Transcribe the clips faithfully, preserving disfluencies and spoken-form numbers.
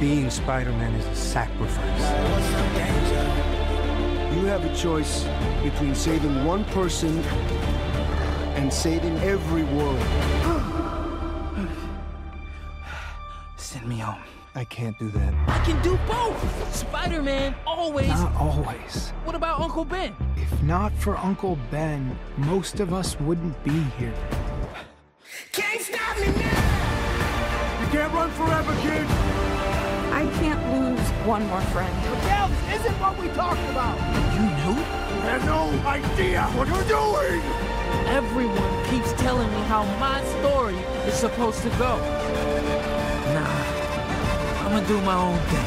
Being Spider-Man is a sacrifice. You have a choice between saving one person and saving every world. Send me home. I can't do that. I can do both! Spider-Man, always! Not always. What about Uncle Ben? If not for Uncle Ben, most of us wouldn't be here. Can't stop me now! You can't run forever, kid! I can't lose one more friend. Miguel, this isn't what we talked about! You knew? You have no idea what you're doing! Everyone keeps telling me how my story is supposed to go. Nah, I'm gonna do my own thing.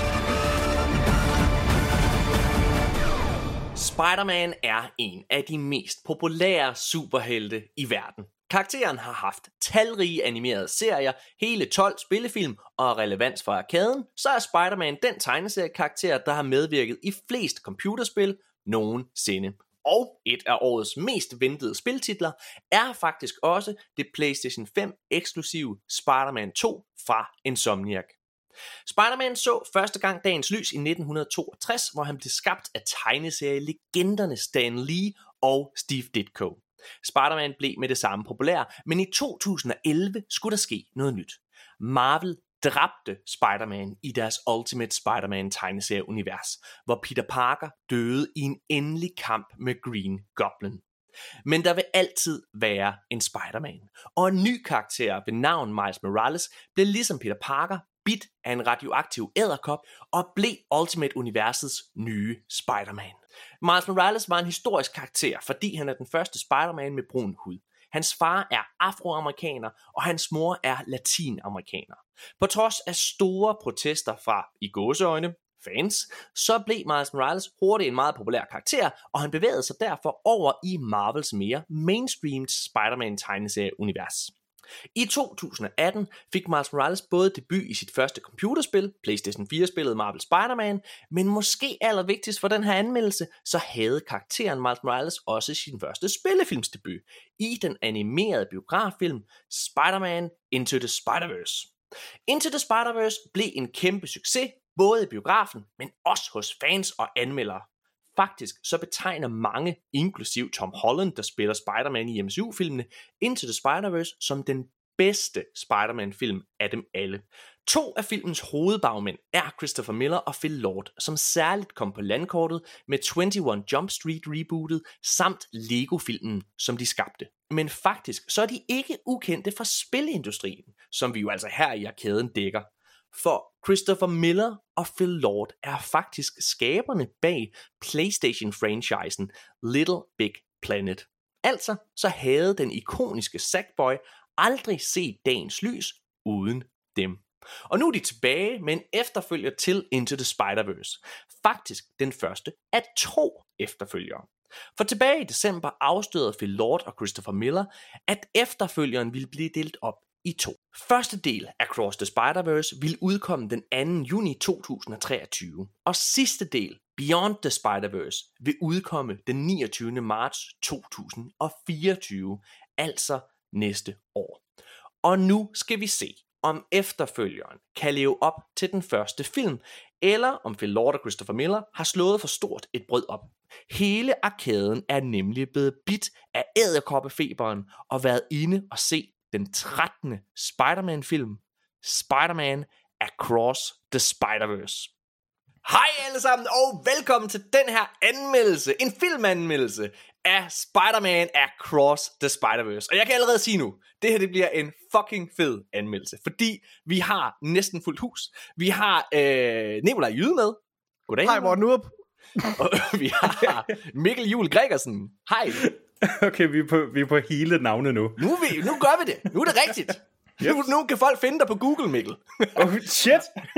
Spider-Man er en af de mest populære superhelte i verden. Karakteren har haft talrige animerede serier, hele tolv spillefilm og relevans for arkaden, så er Spider-Man den tegneseriekarakter, der har medvirket i flest computerspil nogensinde. Og et af årets mest ventede spiltitler er faktisk også det PlayStation fem eksklusive Spider-Man to fra Insomniac. Spider-Man så første gang dagens lys i nitten toogtres, hvor han blev skabt af tegneserie-legenderne Stan Lee og Steve Ditko. Spider-Man blev med det samme populær, men i to tusind og elleve skulle der ske noget nyt. Marvel dræbte Spider-Man i deres Ultimate Spider-Man tegneserieunivers, hvor Peter Parker døde i en endelig kamp med Green Goblin. Men der vil altid være en Spider-Man, og en ny karakter ved navn Miles Morales blev ligesom Peter Parker bidt af en radioaktiv edderkop og blev Ultimate-universets nye Spider-Man. Miles Morales var en historisk karakter, fordi han er den første Spider-Man med brun hud. Hans far er afroamerikaner, og hans mor er latinamerikaner. På trods af store protester fra, i gåseøjne, fans, så blev Miles Morales hurtigt en meget populær karakter, og han bevægede sig derfor over i Marvels mere mainstream Spider-Man-tegneserie-univers. I to tusind og atten fik Miles Morales både debut i sit første computerspil, PlayStation fire-spillet Marvel Spider-Man, men måske allervigtigst for den her anmeldelse, så havde karakteren Miles Morales også sin første spillefilmsdebut i den animerede biograffilm Spider-Man Into the Spider-Verse. Into the Spider-Verse blev en kæmpe succes, både i biografen, men også hos fans og anmeldere. Faktisk så betegner mange, inklusiv Tom Holland, der spiller Spider-Man i M C U-filmene, Into the Spider-Verse som den bedste Spider-Man-film af dem alle. To af filmens hovedbagmænd er Christopher Miller og Phil Lord, som særligt kom på landkortet med enogtyve Jump Street rebootet samt Lego-filmen, som de skabte. Men faktisk så er de ikke ukendte fra spilindustrien, som vi jo altså her i arkaden dækker. For Christopher Miller og Phil Lord er faktisk skaberne bag PlayStation-franchisen Little Big Planet. Altså så havde den ikoniske Sackboy aldrig set dagens lys uden dem. Og nu er de tilbage med en efterfølger til Into the Spider-Verse. Faktisk den første af to efterfølgere. For tilbage i december afslørede Phil Lord og Christopher Miller, at efterfølgeren ville blive delt op i to. Første del af Across the Spider-Verse vil udkomme den anden juni to tusind og treogtyve, og sidste del, Beyond the Spider-Verse, vil udkomme den niogtyvende marts to tusind og fireogtyve, altså næste år. Og nu skal vi se, om efterfølgeren kan leve op til den første film, eller om Phil Lord og Christopher Miller har slået for stort et brød op. Hele arkaden er nemlig blevet bidt af edderkoppefeberen og været inde og se den trettende Spider-Man-film, Spider-Man Across the Spider-Verse. Hej alle sammen, og velkommen til den her anmeldelse, en filmanmeldelse af Spider-Man Across the Spider-Verse. Og jeg kan allerede sige nu, det her det bliver en fucking fed anmeldelse, fordi vi har næsten fuldt hus. Vi har øh, Nikolaj Jyde med. Goddag. Hej Morten Urup. Og vi har Mikkel Juhl Gregersen. Hej. Okay, vi er, på, vi er på hele navne nu. Nu, vi, nu gør vi det. Nu er det rigtigt. Yep. Nu, nu kan folk finde dig på Google, Mikkel. Oh shit.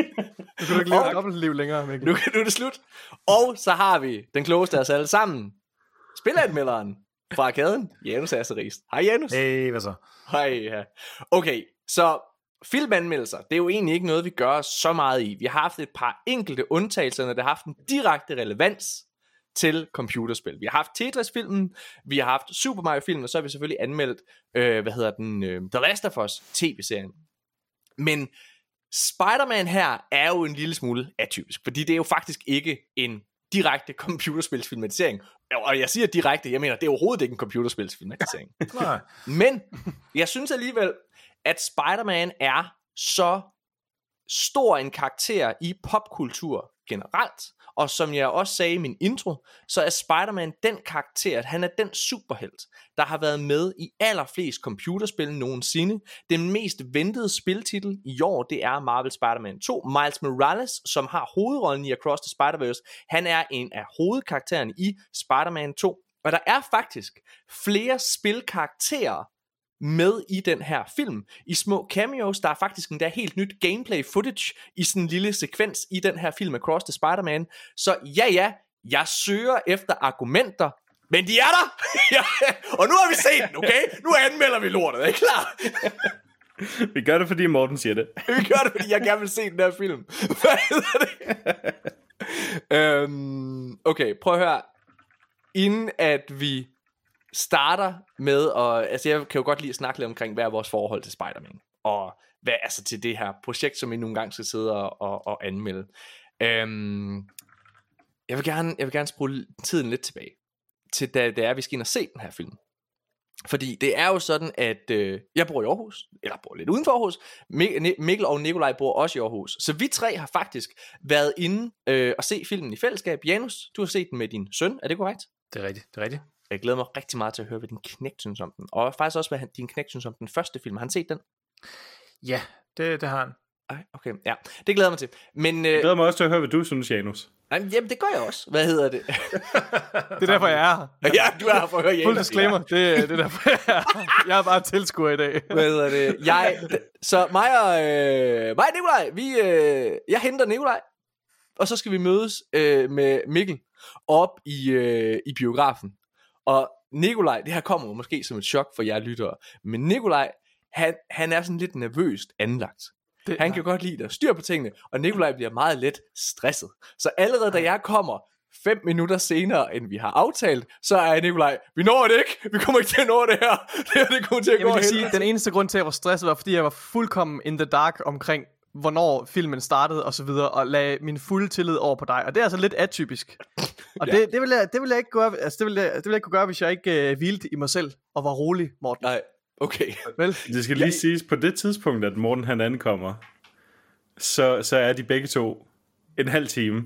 Du kan ikke leve et dobbeltliv længere, Mikkel. Nu, nu er det slut. Og så har vi den klogeste af os alle sammen. Spilanmelderen fra arkaden, Janus Asseris. Hej Janus. Hey, hvad så? Hej. Ja. Okay, så filmanmeldelser, det er jo egentlig ikke noget, vi gør så meget i. Vi har haft et par enkelte undtagelser, når det har haft en direkte relevans til computerspil. Vi har haft Tetris-filmen, vi har haft Super Mario-filmen, og så har vi selvfølgelig anmeldt, øh, hvad hedder den, øh, The Last of Us tv-serien. Men Spider-Man her er jo en lille smule atypisk, fordi det er jo faktisk ikke en direkte computerspilsfilmatisering. Og jeg siger direkte, jeg mener, det er overhovedet ikke en computerspilsfilmatisering. Men jeg synes alligevel, at Spider-Man er så stor en karakter i popkultur generelt, og som jeg også sagde i min intro, så er Spider-Man den karakter, at han er den superhelt, der har været med i allerflest computerspil nogensinde. Den mest ventede spiltitel i år, det er Marvel Spider-Man to. Miles Morales, som har hovedrollen i Across the Spider-Verse, han er en af hovedkaraktererne i Spider-Man to. Og der er faktisk flere spilkarakterer med i den her film, i små cameos. Der er faktisk endda helt nyt gameplay footage i sådan en lille sekvens i den her film Across the Spider-Man. Så ja ja, jeg søger efter argumenter, men de er der. Og nu har vi set den, okay? Nu anmelder vi lortet, er I klar? Vi gør det, fordi Morten siger det. Vi gør det, fordi jeg gerne vil se den her film. Hvad hedder det? øhm, okay, prøv at høre. Inden at vi starter med, og altså jeg kan jo godt lide at snakke lidt omkring, hvad er vores forhold til Spider-Man, og hvad altså til det her projekt, som vi nogle gange skal sidde og, og, og anmelde. Øhm, jeg vil gerne, jeg vil gerne spole tiden lidt tilbage til da det er, vi skal ind og se den her film. Fordi det er jo sådan, at øh, jeg bor i Aarhus, eller bor lidt uden for Aarhus. Mikkel og Nikolaj bor også i Aarhus. Så vi tre har faktisk været inde øh, og se filmen i fællesskab. Janus, du har set den med din søn, er det korrekt? Det er rigtigt, det er rigtigt. Jeg glæder mig rigtig meget til at høre, hvad din knægt synes om den. Og faktisk også, hvad din knægt synes om den første film. Har han set den? Ja, det, det har han. Ej, okay, ja, det glæder mig til. Men, øh, jeg glæder mig også til at høre, hvad du synes, Janus. Jamen, det gør jeg også. Hvad hedder det? Det er derfor, jeg er her. Ja, du er her for at høre Janus. Fuld disclaimer, det, det er derfor, jeg er her. Jeg er bare tilskuer i dag. Hvad hedder det? Jeg, så mig og, øh, mig og Nikolaj, vi, øh, jeg henter Nikolaj, og så skal vi mødes øh, med Mikkel op i, øh, i biografen. Og Nikolaj, det her kommer måske som et chok for jer lyttere, men Nikolaj, han, han er sådan lidt nervøst anlagt. Det, han kan godt lide at styre på tingene, og Nikolaj bliver meget let stresset. Så allerede da jeg kommer fem minutter senere, end vi har aftalt, så er Nikolaj, vi når det ikke, vi kommer ikke til at nå det her. Det her det kommer til at jeg gå vil sige, den eneste grund til, at jeg var stresset, var fordi jeg var fuldkommen in the dark omkring, hvornår filmen startede og så videre, og lagde min fulde tillid over på dig. Og det er altså lidt atypisk. Og ja. det, det, vil jeg, det vil jeg ikke gøre, altså det vil jeg, det vil jeg ikke kunne gøre, hvis jeg ikke uh, hvilede i mig selv og var rolig, Morten. Nej, okay. Vel? Det skal lige ja. siges, på det tidspunkt, at Morten han ankommer, så, så er de begge to en halv time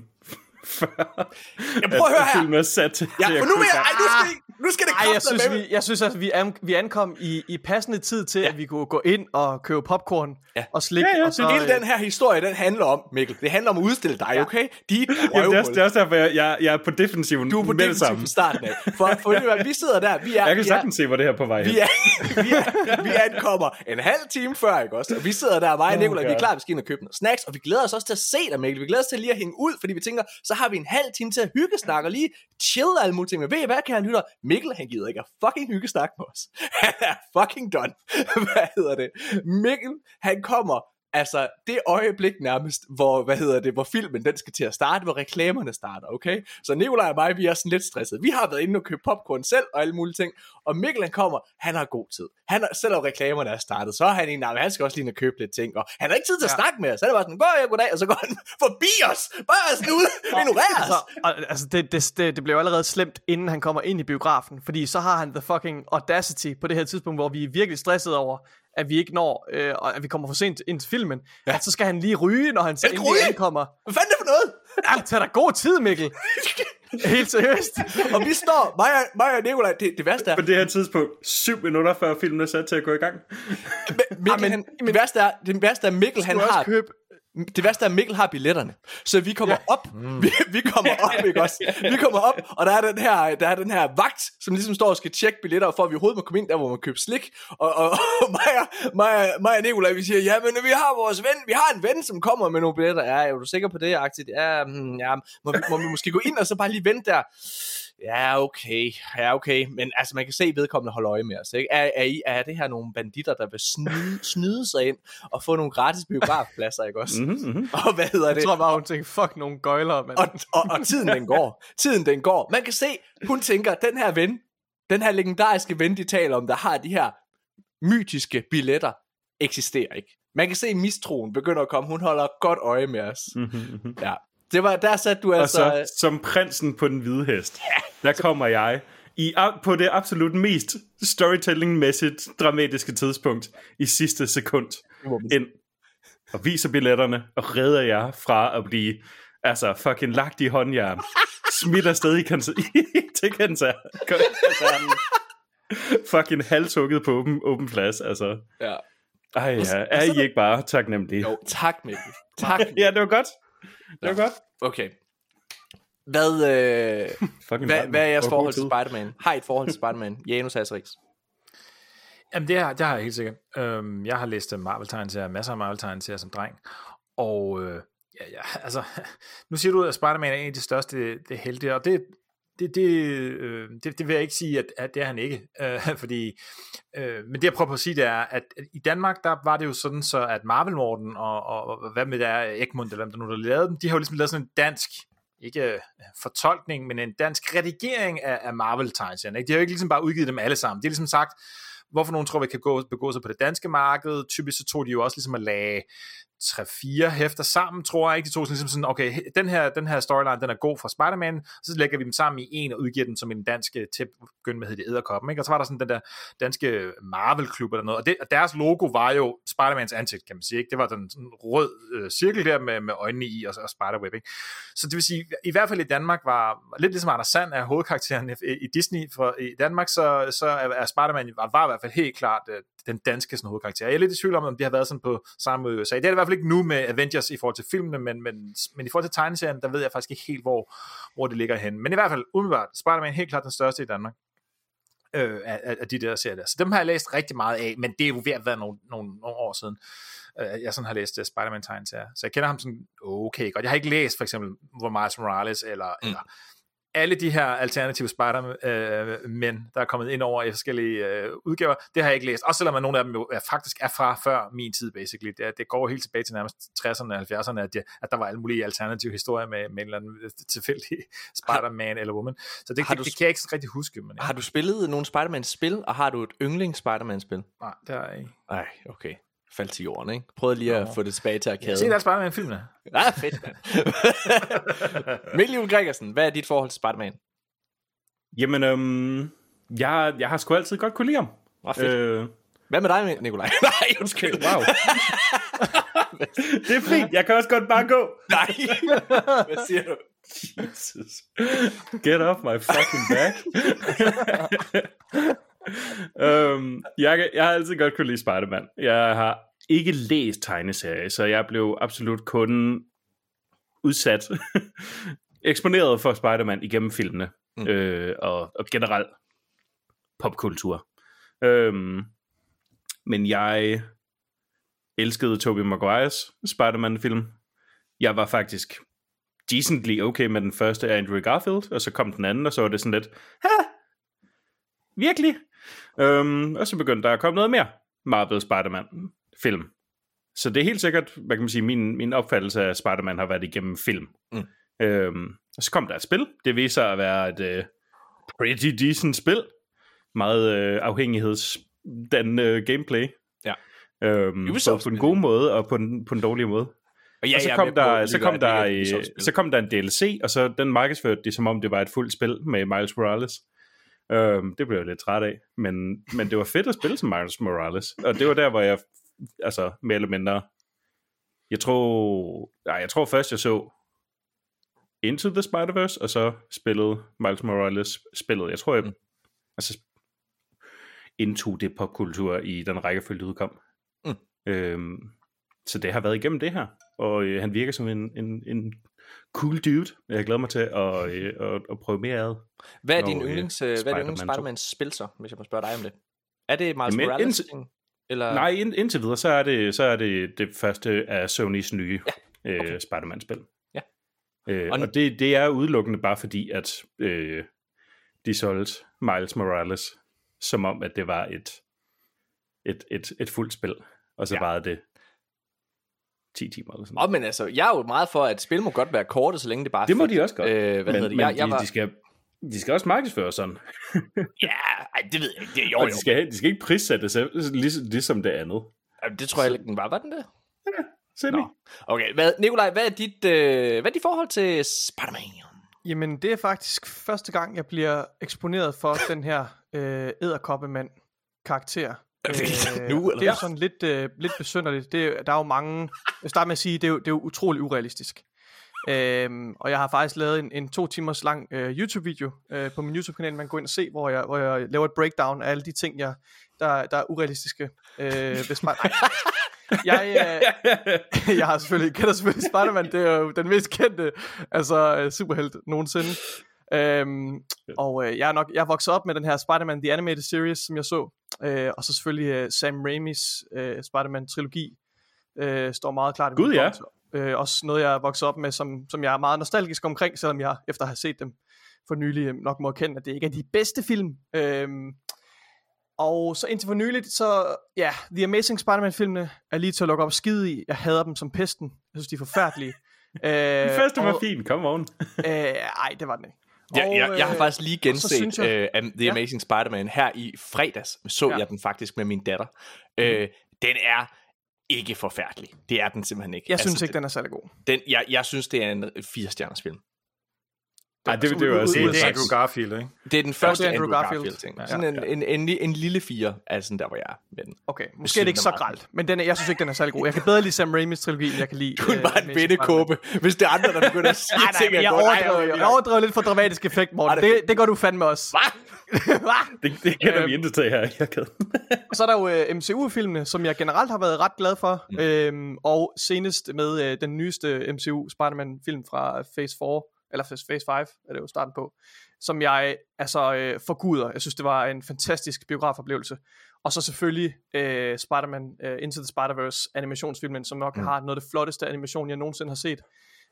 jeg prøver at høre her. Filmen er sat til, ja, for nu, vil jeg, ej, nu skal det, nu skal det ej, jeg synes, vi, jeg synes, at vi, an, vi ankom i, i passende tid til, ja. at vi kunne gå ind og købe popcorn ja. og slik. Ja, ja, og så, hele den her historie, den handler om, Mikkel. Det handler om at udstille dig, ja. okay? De Jamen, det, er, det er også derfor, jeg, jeg, jeg er på defensiven. Du er på defensiven fra starten af. For, for vi sidder der. Vi er, jeg kan sagtens se, hvor det her på vej vi er, vi, er, vi ankommer en halv time før, ikke også? Og vi sidder der, mig og Nikolaj, oh, vi er klar, vi skal ind og købe noget snacks, og vi glæder os også til at se dig, Mikkel. Vi glæder os til lige at hænge ud, fordi vi tænker, så har vi en halv time til at hyggesnakke og lige chill alle mulige ting. Men ved I hvad, kære lytter? Mikkel, han gider ikke at fucking hyggesnakke med os. Han er fucking done. Hvad hedder det? Mikkel, han kommer altså det øjeblik nærmest, hvor, hvad hedder det, hvor filmen den skal til at starte, hvor reklamerne starter, okay? Så Nikolaj og mig, vi er sådan lidt stresset. Vi har været inde og købe popcorn selv og alle mulige ting, og Mikkel han kommer, han har god tid. Han har, selvom reklamerne er startet, så er han en, nej, han skal også lige ind og købe lidt ting, og han har ikke tid til at ja. snakke med os. Så er det bare sådan, gå her, goddag, og så går han forbi os. Bare sådan ud, ignorerer os. Altså, altså det, det, det, det blev allerede slemt, inden han kommer ind i biografen, fordi så har han the fucking audacity på det her tidspunkt, hvor vi er virkelig stresset over, at vi ikke når, øh, og at vi kommer for sent ind til filmen, ja. at så skal han lige ryge, når han så endelig ankommer. Hvad fanden er det for noget? Ja, tag dig god tid, Mikkel. Helt seriøst. Og vi står, mig og, mig og Nikolaj, det, det værste er... På det her tidspunkt, syv minutter før filmen er sat til at gå i gang. Mikkel, ja, men, han, det, værste er, det værste er, Mikkel han har... Købe... Det værste er, at Mikkel har billetterne. Så vi kommer ja. op mm. vi, vi kommer op, ikke også? Vi kommer op, og der er den her Der er den her vagt, som ligesom står og skal tjekke billetter, for at vi overhovedet må komme ind der, hvor man køber slik. Og, og, og mig, og, mig, mig og Nikolaj, vi siger, ja, men vi har vores ven Vi har en ven, som kommer med nogle billetter. Ja, er du sikker på det, Aktigt? Ja, ja må, vi, må vi måske gå ind og så bare lige vente der? Ja, okay. Ja, okay. Men altså, man kan se, at vedkommende holder øje med os, ikke? Er, er, I, er det her nogle banditter, der vil snyde, snyde sig ind og få nogle gratis biografpladser, ikke også? Mm-hmm. Og hvad hedder det? Jeg tror bare, hun tænker, fuck nogle gøjler, mand. Og, og, og tiden den går. Tiden den går. Man kan se, hun tænker, den her ven, den her legendariske ven, de taler om, der har de her mytiske billetter, eksisterer ikke. Man kan se, at mistroen begynder at komme. Hun holder godt øje med os. Mm-hmm. Ja. Det var, der satte du og altså... så som prinsen på den hvide hest, ja. Der kommer jeg i, på det absolut mest storytelling-mæssigt dramatiske tidspunkt i sidste sekund ind og viser billetterne og redder jer fra at blive altså fucking lagt i håndjern, smidt afsted i kans- til koncernen, fucking halshugget på åben, åben plads, altså. Ja. Ej ja, er I ikke bare taknemmelige? Jo, tak Mikkel. Tak. Ja, det var godt. Det var ja. godt. Okay. Hvad, øh, hvad, hvad er jeres forhold til Spider-Man? Har I et forhold til Spider-Man? Janus Asterix? Jamen det har, det har jeg helt sikkert. Øhm, jeg har læst Marvel-tegneserier, masser af Marvel-tegneserier som dreng. Og øh, ja, ja, altså, nu siger du, at Spider-Man er en af de største det helte, og det, det, det, øh, det, det vil jeg ikke sige, at, at det er han ikke. Øh, fordi, øh, men det jeg prøver på at sige, det er, at i Danmark, der var det jo sådan, så at Marvel-Morten og, og, og hvad med det er, Egmont, eller hvem der nu der lavede dem, de har jo ligesom lavet sådan en dansk, ikke fortolkning, men en dansk redigering af, af Marvel-tegneserierne. De har jo ikke ligesom bare udgivet dem alle sammen. De har ligesom sagt, hvorfor nogen tror, vi kan gå, begå sig på det danske marked. Typisk så tog de jo også ligesom at lage tre-fire hæfter sammen, tror jeg ikke. De tog sådan, ligesom sådan, okay, den her, den her storyline, den er god fra Spider-Man, så lægger vi dem sammen i en og udgiver den som en dansk til at begynde med, hedder det Edderkoppen, ikke? Og så var der sådan den der danske Marvel-klub eller noget, og, det, og deres logo var jo Spider-Mans ansigt, kan man sige, ikke? Det var den sådan rød øh, cirkel der med, med øjnene i og, og Spiderweb, ikke? Så det vil sige, i hvert fald i Danmark var, lidt ligesom Anders Sand er hovedkarakteren i, i Disney for, i Danmark, så, så er Spider-Man var, var i hvert fald helt klart øh, den danske sådan, hovedkarakter. Jeg er lidt i tvivl om, om de har været sådan på samme måde i U S A. Det er det i hvert fald ikke nu med Avengers i forhold til filmene, men, men, men i forhold til tegneserien, der ved jeg faktisk ikke helt, hvor, hvor det ligger hen. Men i hvert fald, umiddelbart, Spider-Man helt klart den største i Danmark. Øh, af, af de der serier der. Så dem har jeg læst rigtig meget af, men det er jo ved at være nogle, nogle, nogle år siden, øh, jeg sådan har læst uh, Spider-Man tegneserier. Så jeg kender ham sådan okay godt. Jeg har ikke læst for eksempel, hvor Miles Morales eller, mm. eller alle de her alternative Spider-Men, øh, der er kommet ind over i forskellige øh, udgaver, det har jeg ikke læst. Også selvom nogle af dem jo er, faktisk er fra før min tid, basically. Det, det går helt tilbage til nærmest tresserne og halvfjerdserne, at, de, at der var alle mulige alternative historier med, med en eller anden tilfældig Spider-Man eller woman. Så det, det, du, det kan jeg ikke rigtig huske. Men, ja. Har du spillet nogle Spider-Man-spil, og har du et yndlings Spider-Man-spil? Nej, det har jeg ikke. Nej, okay. Faldt til jorden, ikke? Prøvede lige at Nå. få det tilbage til arkaden. Se, der er Spider-Man-filmene. Ja, fedt, mand. Mikkel Juhl Gregersen, hvad er dit forhold til Spider-Man? Jamen, øhm, jeg, jeg har sgu altid godt kunne lide ham. Nå, fedt. Øh... Hvad med dig, Nikolaj? Nej, undskyld. Wow. Det er fint, jeg kan også godt bare gå. Nej, hvad siger du? Jesus. Get off my fucking back. um, jeg, jeg har altid godt kunne lide Spider-Man. Jeg har ikke læst tegneserier, så jeg blev absolut kun udsat, eksponeret for Spider-Man igennem filmene, mm. øh, og, og generelt popkultur. Um, men jeg elskede Tobey Maguires Spider-Man-film. Jeg var faktisk decently okay med den første af Andrew Garfield, og så kom den anden, og så var det sådan lidt, ha, virkelig? Um, og så begyndte der at komme noget mere Marvel Spider-Man-film. Så det er helt sikkert, hvad kan man sige, min, min opfattelse af Spider-Man har været igennem film. Mm. Um, og så kom der et spil. Det viser sig at være et uh, pretty decent spil. Meget uh, afhængighedsdannende uh, gameplay. Ja. Um, både på den gode måde og på den, på den dårlige måde. Og, ja, og så, kom der, så, kom der, i, så kom der en D L C, og så den markedsførte de, som om det var et fuldt spil med Miles Morales. Um, det blev jeg lidt træt af, men, men det var fedt at spille som Miles Morales, og det var der, hvor jeg, altså mere eller mindre, jeg tror, nej, jeg tror først, jeg så Into the Spider-Verse, og så spillede Miles Morales spillet. Jeg tror, jeg, mm. altså, indtog det popkultur i den rækkefølge, udkom. Mm. Um, så det har været igennem det her, og øh, han virker som en, en, en cool dude. Jeg glæder mig til at, øh, at, at prøve mere af. Hvad er din yndlings, øh, hvad er din yndlings Spider-Mans spil så, hvis jeg må spørge dig om det? Er det Miles Jamen, Morales? Indtil, eller? Nej, ind, indtil videre, så er, det, så er det det første af Sonys nye ja, okay. øh, Spider-Man-spil. Ja. Øh, og og det, det er udelukkende bare fordi, at øh, de solgte Miles Morales, som om, at det var et, et, et, et fuldt spil. Og så ja. var det ti timer eller sådan noget. Oh, men altså, jeg er jo meget for, at spil må godt være korte, så længe det bare er det må fedt. De også godt. Øh, hvad men, det? men jeg, jeg de, var... de, skal, de skal også markedsføre sådan. Ja, ej, det ved jeg ikke. Det, jo, jo. De skal, de skal ikke prissætte sig ligesom, ligesom det andet. Jamen, det tror jeg ikke, den var. Var den det? Ja, semi. Nå. Okay, hvad, Nikolaj, hvad er dit, øh, hvad er dit forhold til Spider-Man? Jamen, det er faktisk første gang, jeg bliver eksponeret for den her øh, edderkoppemand-karakter. Øh, nu, eller det er jo sådan lidt, øh, lidt besynderligt. Det er, der er jo mange... Jeg starter med at sige, det er jo, det er jo utrolig urealistisk. Øhm, og jeg har faktisk lavet en, en to timers lang øh, YouTube-video øh, på min YouTube-kanal, man kan gå ind og se, hvor jeg, hvor jeg laver et breakdown af alle de ting, jeg, der, der er urealistiske. Øh, hvis man, jeg, øh, jeg har selvfølgelig, kender selvfølgelig Spider-Man, det er jo den mest kendte altså, superhelt nogensinde. Øhm, og øh, jeg er nok jeg er vokset op med den her Spider-Man The Animated Series, som jeg så, øh, og så selvfølgelig øh, Sam Raimis øh, Spider-Man-trilogi øh, står meget klart i Gud, ja. Øh, også noget jeg er vokset op med, som, som jeg er meget nostalgisk omkring, selvom jeg efter at have set dem for nylig nok må erkende, at det ikke er de bedste film. Øhm, og så indtil for nyligt, så ja, The Amazing Spider-Man-filmene er lige til at lukke op og skide i. Jeg hader dem som pesten. Jeg synes, de er forfærdelige. øh, Den første var fin, come on. øh, ej, det var den ikke. Ja, jeg, jeg har faktisk lige genset jeg, uh, The Amazing ja. Spider-Man her i fredags. Så ja. jeg den faktisk med min datter. Mm. Uh, den er ikke forfærdelig. Det er den simpelthen ikke. Jeg synes altså, ikke, den er særlig god. Den, jeg, jeg synes, det er en fire-stjerners film. Nej, det, det, det er jo også det, det er Andrew Garfield, ikke? Det er den første ja, Andrew, Andrew Garfield, Garfield ting. Ja. Sådan en, en, en, en, en lille fire, altså der hvor jeg er med den. Okay, måske er det ikke så grelt, men den er, jeg synes ikke, den er særlig god. Jeg kan bedre lide Sam Raimis trilogi, end jeg kan lide... Du er bare en vindekåbe, hvis det er andre, der begynder at sige nej, nej, ting. Jeg, jeg, overdrev, jeg overdrev lidt for dramatisk effekt, Morten. Det, det går du fandme også. Hvad? det, det kender vi intet til her. Jeg kan. Og så er der jo uh, M C U-filmene, som jeg generelt har været ret glad for. Mm. Øhm, og senest med uh, den nyeste M C U Spider-Man-film fra Phase fire, eller Phase fem er det jo starten på, som jeg altså øh, forguder. Jeg synes, det var en fantastisk biografoplevelse. Og så selvfølgelig øh, Spider-Man uh, Into the Spider-Verse animationsfilmen, som nok mm. har noget af det flotteste animation, jeg nogensinde har set.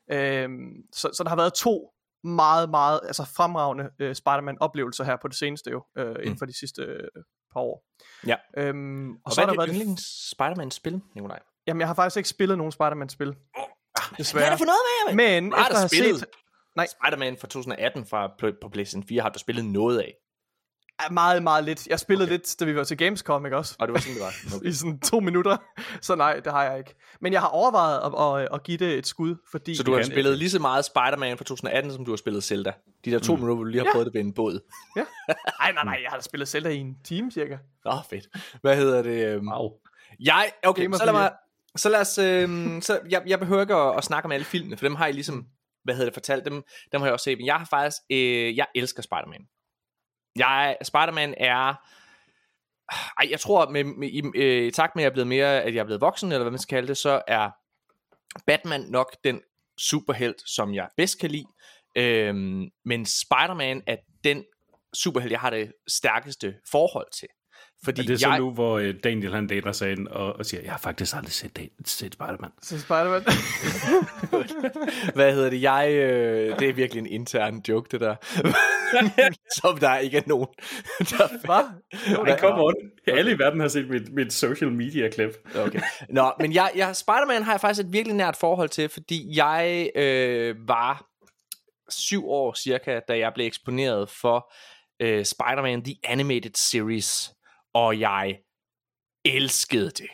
Øhm, så, så der har været to meget, meget altså fremragende øh, Spider-Man-oplevelser her på det seneste jo, øh, mm. inden for de sidste øh, par år. Ja. Øhm, og, og så hvad har er der dit været yndlings Spider-Man-spil, Nikolaj? Jamen, jeg har faktisk ikke spillet nogen Spider-Man-spil. Oh, Desværre. Hvad er det for noget med, men efter at have set... Nej. Spider-Man fra to tusind atten fra, på PlayStation fire har du spillet noget af? Meget, meget lidt. Jeg spillede okay. lidt, da vi var til Gamescom, ikke også? Og det var sådan, det var. Okay. I sådan to minutter. Så nej, det har jeg ikke. Men jeg har overvejet at, at, at give det et skud, fordi... Så du har spillet lige så meget Spider-Man fra to tusind atten, som du har spillet Zelda? De der to mm. minutter, hvor du lige har ja. prøvet det ved en båd. Ja. Nej, nej, nej. Jeg har da spillet Zelda i en time, cirka. Åh, oh, fedt. Hvad hedder det? Wow. Jeg... Okay, så lad mig... Så lad os... Øh, så jeg, jeg behøver ikke at, at snakke om alle filmene, for dem har I ligesom... Hvad hedder det, fortalt dem? Dem har jeg også set. Men jeg har faktisk... Øh, jeg elsker Spider-Man. Jeg, Spider-Man er... Ej, jeg tror, med, med, i, øh, i takt med, at jeg er blevet mere... At jeg er blevet voksen, eller hvad man skal kalde det, så er Batman nok den superhelt, som jeg bedst kan lide. Øhm, men Spider-Man er den superhelt, jeg har det stærkeste forhold til. Fordi er det så jeg... nu, hvor Daniel han dater sig ind og, og siger, jeg har faktisk aldrig set, set Spider-Man. Set Spider-Man? Hvad hedder det? Jeg, øh, det er virkelig en intern joke, det der. Som der ikke er nogen. Der... Hvad? Nej, come on. Alle i verden har set mit, mit social media klip. Okay. Nå, men jeg, jeg, Spider-Man har jeg faktisk et virkelig nært forhold til, fordi jeg øh, var syv år cirka, da jeg blev eksponeret for øh, Spider-Man The Animated Series. Og jeg elskede det.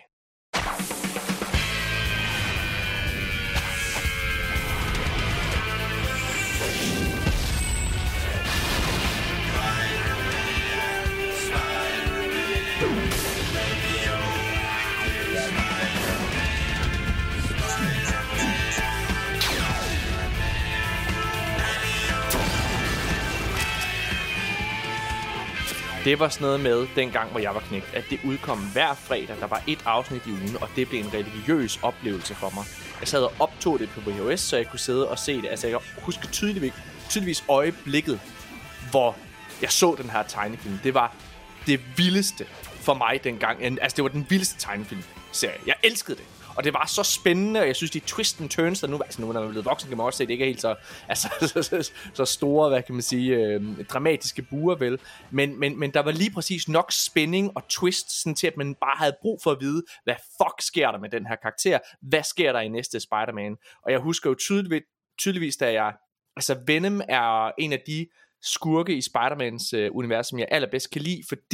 Det var sådan noget med, dengang hvor jeg var knægt, at det udkom hver fredag. Der var et afsnit i ugen, og det blev en religiøs oplevelse for mig. Jeg sad og optog det på V H S, så jeg kunne sidde og se det. Altså jeg husker tydeligvis, tydeligvis øjeblikket, hvor jeg så den her tegnefilm. Det var det vildeste for mig dengang. Altså det var den vildeste tegnefilmserie. Jeg elskede det. Og det var så spændende, og jeg synes, de twist and turns, der nu, altså nu når man er blevet voksen, kan man også se, at det ikke er helt så, altså, så, så, så store, hvad kan man sige, øh, dramatiske buer, vel. Men, men, men der var lige præcis nok spænding og twist, sådan til at man bare havde brug for at vide, hvad fuck sker der med den her karakter? Hvad sker der i næste Spider-Man? Og jeg husker jo tydeligvis, tydeligvis da jeg, altså Venom er en af de skurke i Spider-Mans øh, univers, som jeg allerbedst kan lide, fordi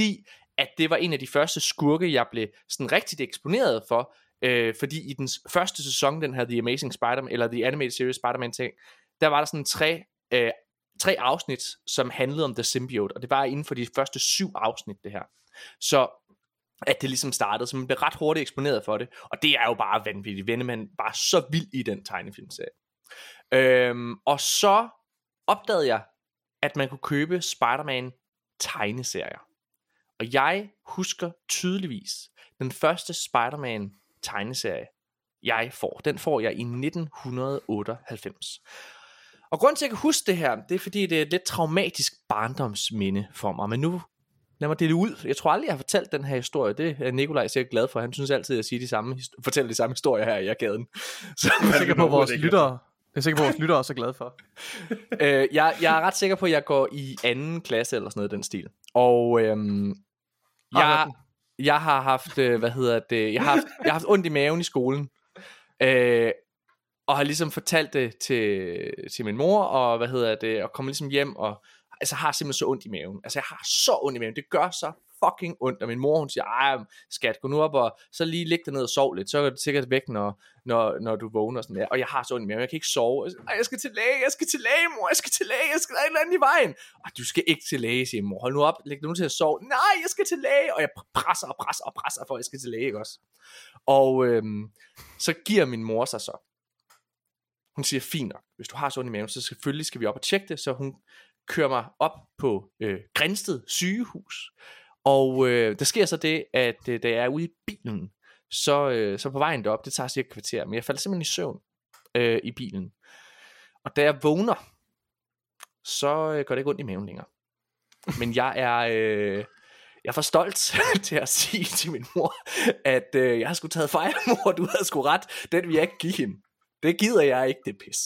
at det var en af de første skurke, jeg blev sådan rigtig eksponeret for, øh, fordi i den første sæson, den her The Amazing Spider-Man, eller The Animated Series Spider-Man ting, der var der sådan tre, øh, tre afsnit, som handlede om The Symbiote, og det var inden for de første syv afsnit, det her. Så at det ligesom startede, så man blev ret hurtigt eksponeret for det, og det er jo bare vanvittigt. Venom var så vild i den tegnefilmserie. Øhm, og så opdagede jeg, at man kunne købe Spider-Man tegneserier. Og jeg husker tydeligvis den første Spider-Man tegneserie, jeg får. Den får jeg i nitten otteoghalvfems. Og grunden til, at jeg kan huske det her, det er fordi, det er et lidt traumatisk barndomsminde for mig. Men nu lad mig dele ud. Jeg tror aldrig, jeg har fortalt den her historie. Det er Nikolaj sikkert glad for. Han synes altid, at jeg siger de samme, fortæller de samme historier her i gaden. Så jeg er sikker på, at vores lyttere, jeg er sikker på, at vores lyttere er så glade for. øh, jeg, jeg er ret sikker på, at jeg går i anden klasse eller sådan noget i den stil. Og øhm, jeg, jeg har haft, øh, hvad hedder det, jeg har haft, jeg har haft ondt i maven i skolen. Øh, og har ligesom fortalt det til, til min mor, og hvad hedder det, og kommer ligesom hjem, og altså har simpelthen så ondt i maven. Altså jeg har så ondt i maven, det gør så fucking ondt, og min mor hun siger, ej skat, gå nu op, og så lige ligge dig ned og sov lidt, så er det sikkert væk, når, når, når du vågner og sådan der. Og jeg har så ondt i maven, jeg kan ikke sove. Ej, jeg skal til læge, jeg skal til læge, mor, jeg skal til læge, jeg skal der et eller andet i vejen. Og du skal ikke til læge, siger mor, hold nu op, læg dig nu til at sove. Nej, jeg skal til læge, og jeg presser og presser og presser, for at jeg skal til læge, ikke også? Og øhm, så giver min mor sig så. Hun siger, fint nok, hvis du har så ondt i maven, så selvfølgelig skal vi op og tjekke det, så hun kører mig op på øh, Grindsted sygehus. Og øh, der sker så det, at øh, da jeg er ude i bilen, så, øh, så på vejen derop, det tager cirka et kvarter, men jeg falder simpelthen i søvn øh, i bilen. Og da jeg vågner, så øh, går det ikke ondt i maven længere. Men jeg er, øh, jeg er for stolt til at sige til min mor, at øh, jeg har sgu taget fejl, mor, du havde sgu ret, den vil jeg ikke give hende. Det gider jeg ikke, det pis.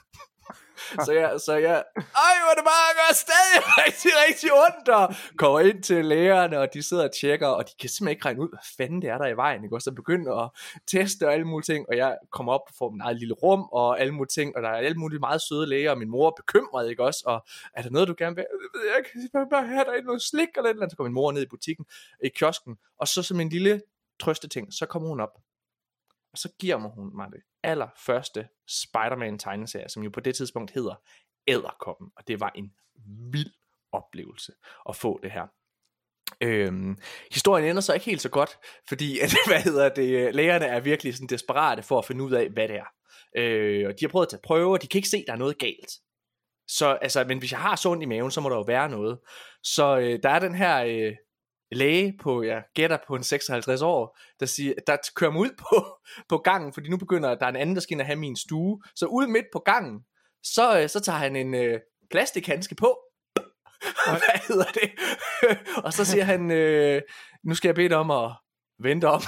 Så jeg, så jeg, ej, hvor det bare gør stadig rigtig, rigtig ondt, og kommer ind til lægerne, og de sidder og tjekker, og de kan simpelthen ikke regne ud, hvad fanden det er der i vejen, ikke? Og så begynder at teste og alle mulige ting, og jeg kommer op og får min eget lille rum, og alle mulige ting, og der er alle mulige meget søde læger, og min mor er bekymret, ikke også, og er der noget, du gerne vil, jeg kan bare have der noget slik, eller et eller andet, så kommer min mor ned i butikken, i kiosken, og så som en lille trøsteting, så kommer hun op, og så giver hun mig det allerførste Spider-Man tegneserie, som jo på det tidspunkt hedder Edderkoppen, og det var en vild oplevelse at få det her. Øhm, historien ender så ikke helt så godt, fordi at, hvad hedder det, lægerne er virkelig sådan desperate for at finde ud af, hvad det er. Øh, og de har prøvet at tage prøver, de kan ikke se, at der er noget galt. Så, altså, men hvis jeg har så ondt i maven, så må der jo være noget. Så øh, der er den her øh, læge på, jeg gætter på en seksoghalvtreds år, der, siger, der kører mig ud på, på gangen, fordi nu begynder der er en anden, der skal ind og have min stue. Så ude midt på gangen, så, øh, så tager han en øh, plastikhandske på. Hvad hedder det? Og så siger han, øh, nu skal jeg bede dig om at vente om.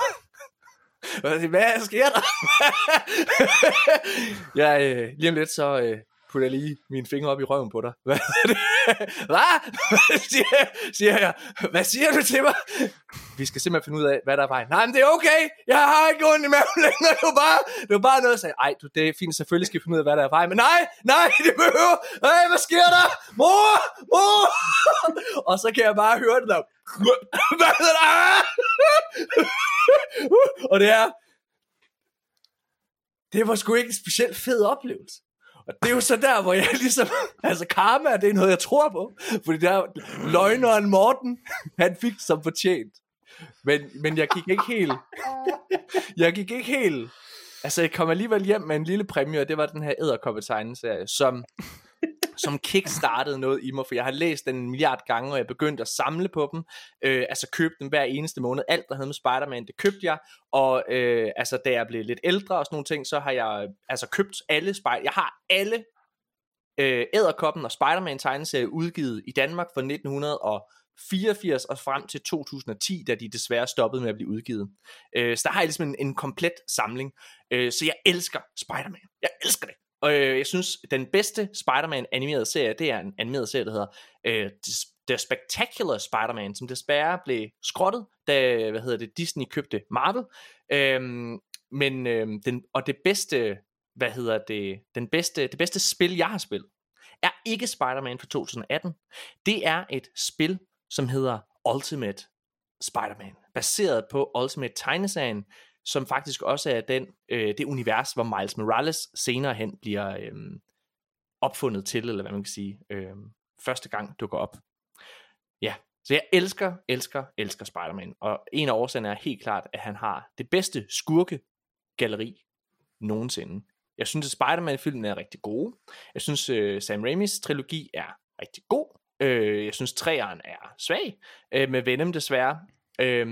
Hvad sker der? Ja, øh, lige om lidt, så øh, putter jeg lige mine fingre op i røven på dig. Hvad? Hvad? siger, siger jeg. Hvad siger du til mig? Vi skal simpelthen finde ud af, hvad der er vejen. Nej, men det er okay. Jeg har ikke ondt i maven længere. Det var bare, det var bare noget, jeg sagde. Ej, du, det er fint. Selvfølgelig skal vi finde ud af, hvad der er vejen. Men nej, nej, det behøver. Ej, hvad sker der? Mor, mor. Og så kan jeg bare høre det der. Hvad hedder det? Og det er, det var sgu ikke en specielt fed oplevelse. Og det er jo så der, hvor jeg ligesom, altså karma, det er noget, jeg tror på. Fordi der løgneren Morten, han fik som fortjent. Men, men jeg gik ikke helt, jeg gik ikke helt, altså jeg kom alligevel hjem med en lille præmie, og det var den her Edderkoppe-tegneserie, som, som kickstartede noget i mig, for jeg har læst den en milliard gange, og jeg begyndte at samle på dem, øh, altså købte dem hver eneste måned, alt der havde med Spider-Man, det købte jeg, og øh, altså da jeg blev lidt ældre og sådan nogle ting, så har jeg altså købt alle Spider, jeg har alle øh, Edderkoppen og Spider-Man tegneserier udgivet i Danmark fra nitten fireogfirs og frem til to tusind og ti, da de desværre stoppede med at blive udgivet. Øh, så der har jeg ligesom en, en komplet samling, øh, så jeg elsker Spider-Man, jeg elsker det. Og øh, jeg synes, den bedste Spider-Man animerede serie, det er en animeret serie, der hedder øh, The Spectacular Spider-Man, som desværre blev skrottet, da hvad hedder det, Disney købte Marvel. Øhm, men øh, den, og det bedste, hvad hedder det, den bedste, det bedste spil, jeg har spillet, er ikke Spider-Man fra to tusind og atten. Det er et spil, som hedder Ultimate Spider-Man, baseret på Ultimate tegneserien, som faktisk også er den, øh, det univers, hvor Miles Morales senere hen bliver øh, opfundet til, eller hvad man kan sige, øh, første gang dukker op. Ja, så jeg elsker, elsker, elsker Spider-Man, og en af årsagerne er helt klart, at han har det bedste skurkegalleri nogensinde. Jeg synes, at Spider-Man-filmen er rigtig gode. Jeg synes, uh, Sam Raimis trilogi er rigtig god. Uh, jeg synes, treeren er svag, uh, med Venom desværre. Uh,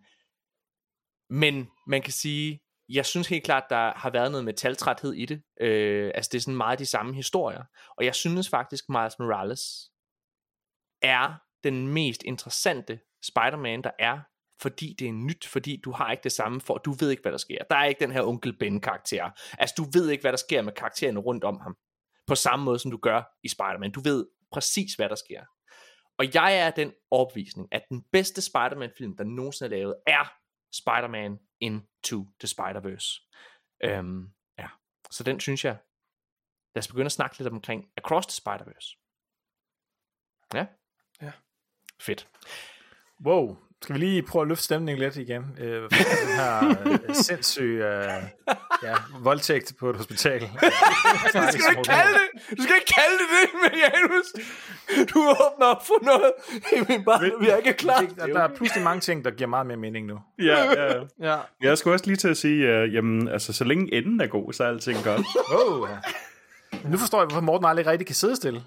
men man kan sige, jeg synes helt klart, der har været noget metaltræthed i det. Uh, altså, det er sådan meget de samme historier. Og jeg synes faktisk, Miles Morales er den mest interessante Spider-Man, der er, fordi det er nyt, fordi du har ikke det samme, for du ved ikke, hvad der sker. Der er ikke den her onkel Ben-karakter. Altså, du ved ikke, hvad der sker med karaktererne rundt om ham, på samme måde, som du gør i Spider-Man. Du ved præcis, hvad der sker. Og jeg er den overbevisning, at den bedste Spider-Man-film, der nogensinde er lavet, er Spider-Man Into the Spider-Verse. Øhm, ja. Så den synes jeg, lad os begynde at snakke lidt omkring Across the Spider-Verse. Ja? Ja. Fedt. Wow. Skal vi lige prøve at løfte stemningen lidt igen? Øh, for den her øh, sindssyge øh, ja, voldtægt på et hospital. Du skal ikke kalde det, du skal ikke kalde det det, men Janus, du åbner op for noget, men bare, vi er ikke klar. Der, der er pludselig mange ting, der giver meget mere mening nu. Ja, ja. Ja. Jeg skulle også lige til at sige, uh, jamen, altså, så længe enden er god, så er alting godt. Oh, ja. Nu forstår jeg, hvorfor Morten aldrig rigtig kan sidde stille.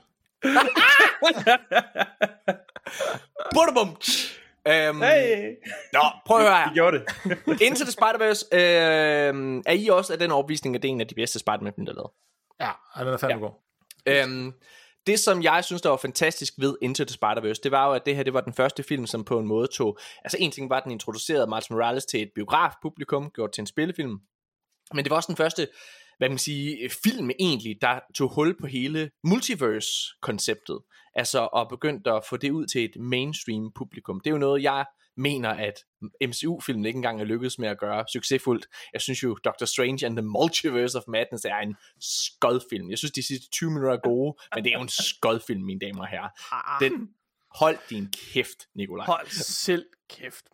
Bum. Um, hey. Nå, prøv at høre her. Vi gjorde det. Into the Spider-Verse, øh, er I også af den overbevisning, at det er en af de bedste Spider-Man, der er lavet? Ja, den er fandme ja. god. Um, det, som jeg synes, der var fantastisk ved Into the Spider-Verse, det var jo, at det her, det var den første film, som på en måde tog, altså en ting var, at den introducerede Miles Morales til et biografpublikum, gjort til en spillefilm, men det var også den første, hvad man sige, film egentlig, der tog hul på hele multiverse-konceptet. Altså, og begyndte at få det ud til et mainstream publikum. Det er jo noget, jeg mener, at M C U-filmen ikke engang er lykkedes med at gøre succesfuldt. Jeg synes jo, Doctor Strange and the Multiverse of Madness er en skodfilm. Jeg synes, de sidste tyve minutter er gode, men det er jo en skodfilm, mine damer og herrer. Den, hold din kæft, Nikolaj. Hold selv kæft.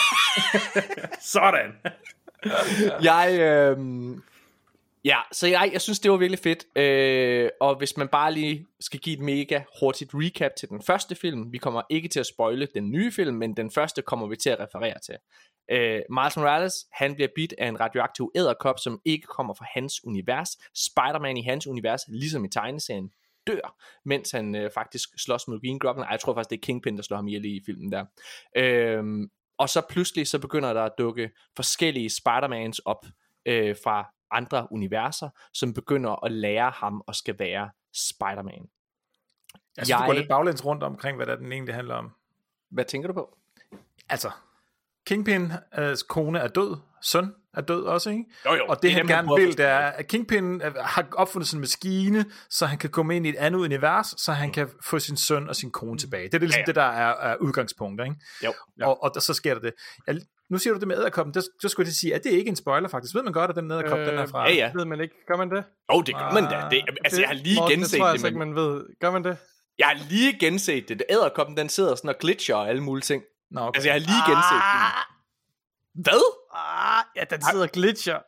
Sådan. jeg... Øh, Ja, så jeg, jeg synes, det var virkelig fedt, øh, og hvis man bare lige skal give et mega hurtigt recap til den første film, vi kommer ikke til at spoile den nye film, men den første kommer vi til at referere til. Øh, Miles Morales, han bliver bidt af en radioaktiv edderkop, som ikke kommer fra hans univers. Spider-Man i hans univers, ligesom i tegneserien, dør, mens han øh, faktisk slås med Green Goblin. Ej, jeg tror faktisk, det er Kingpin, der slår ham ihjel i filmen der. Øh, og så pludselig, så begynder der at dukke forskellige Spider-Mans op øh, fra andre universer, som begynder at lære ham at skal være Spider-Man. Jeg synes, jeg... du går lidt baglæns rundt omkring, hvad der den egentlig handler om. Hvad tænker du på? Altså, Kingpins øh, kone er død, søn er død også, ikke? Jo, jo, og det, det han dem, gerne vil, det er, at Kingpin øh, har opfundet sådan en maskine, så han kan komme ind i et andet univers, så han mm. kan få sin søn og sin kone tilbage. Det er ligesom ja, ja. det, der er, er udgangspunktet, ikke? Jo. Ja. Og, og der, så sker der det. Jeg, nu siger du det med edderkoppen, det, så skulle jeg sige, at det er ikke en spoiler faktisk. Ved man godt, at den edderkop, øh, den er fra... Ja, ja. Ved man ikke? Gør man det? Åh, oh, det gør man da. Det, altså, jeg har lige Morten, genset det. tror jeg det, men... ikke, man ved. Gør man det? Jeg har lige genset det. Edderkoppen, den sidder sådan og glitcher og alle mulige ting. Nå, okay. Altså, jeg har lige genset ah! det. Hvad? Ah, ja, den sidder og glitcher.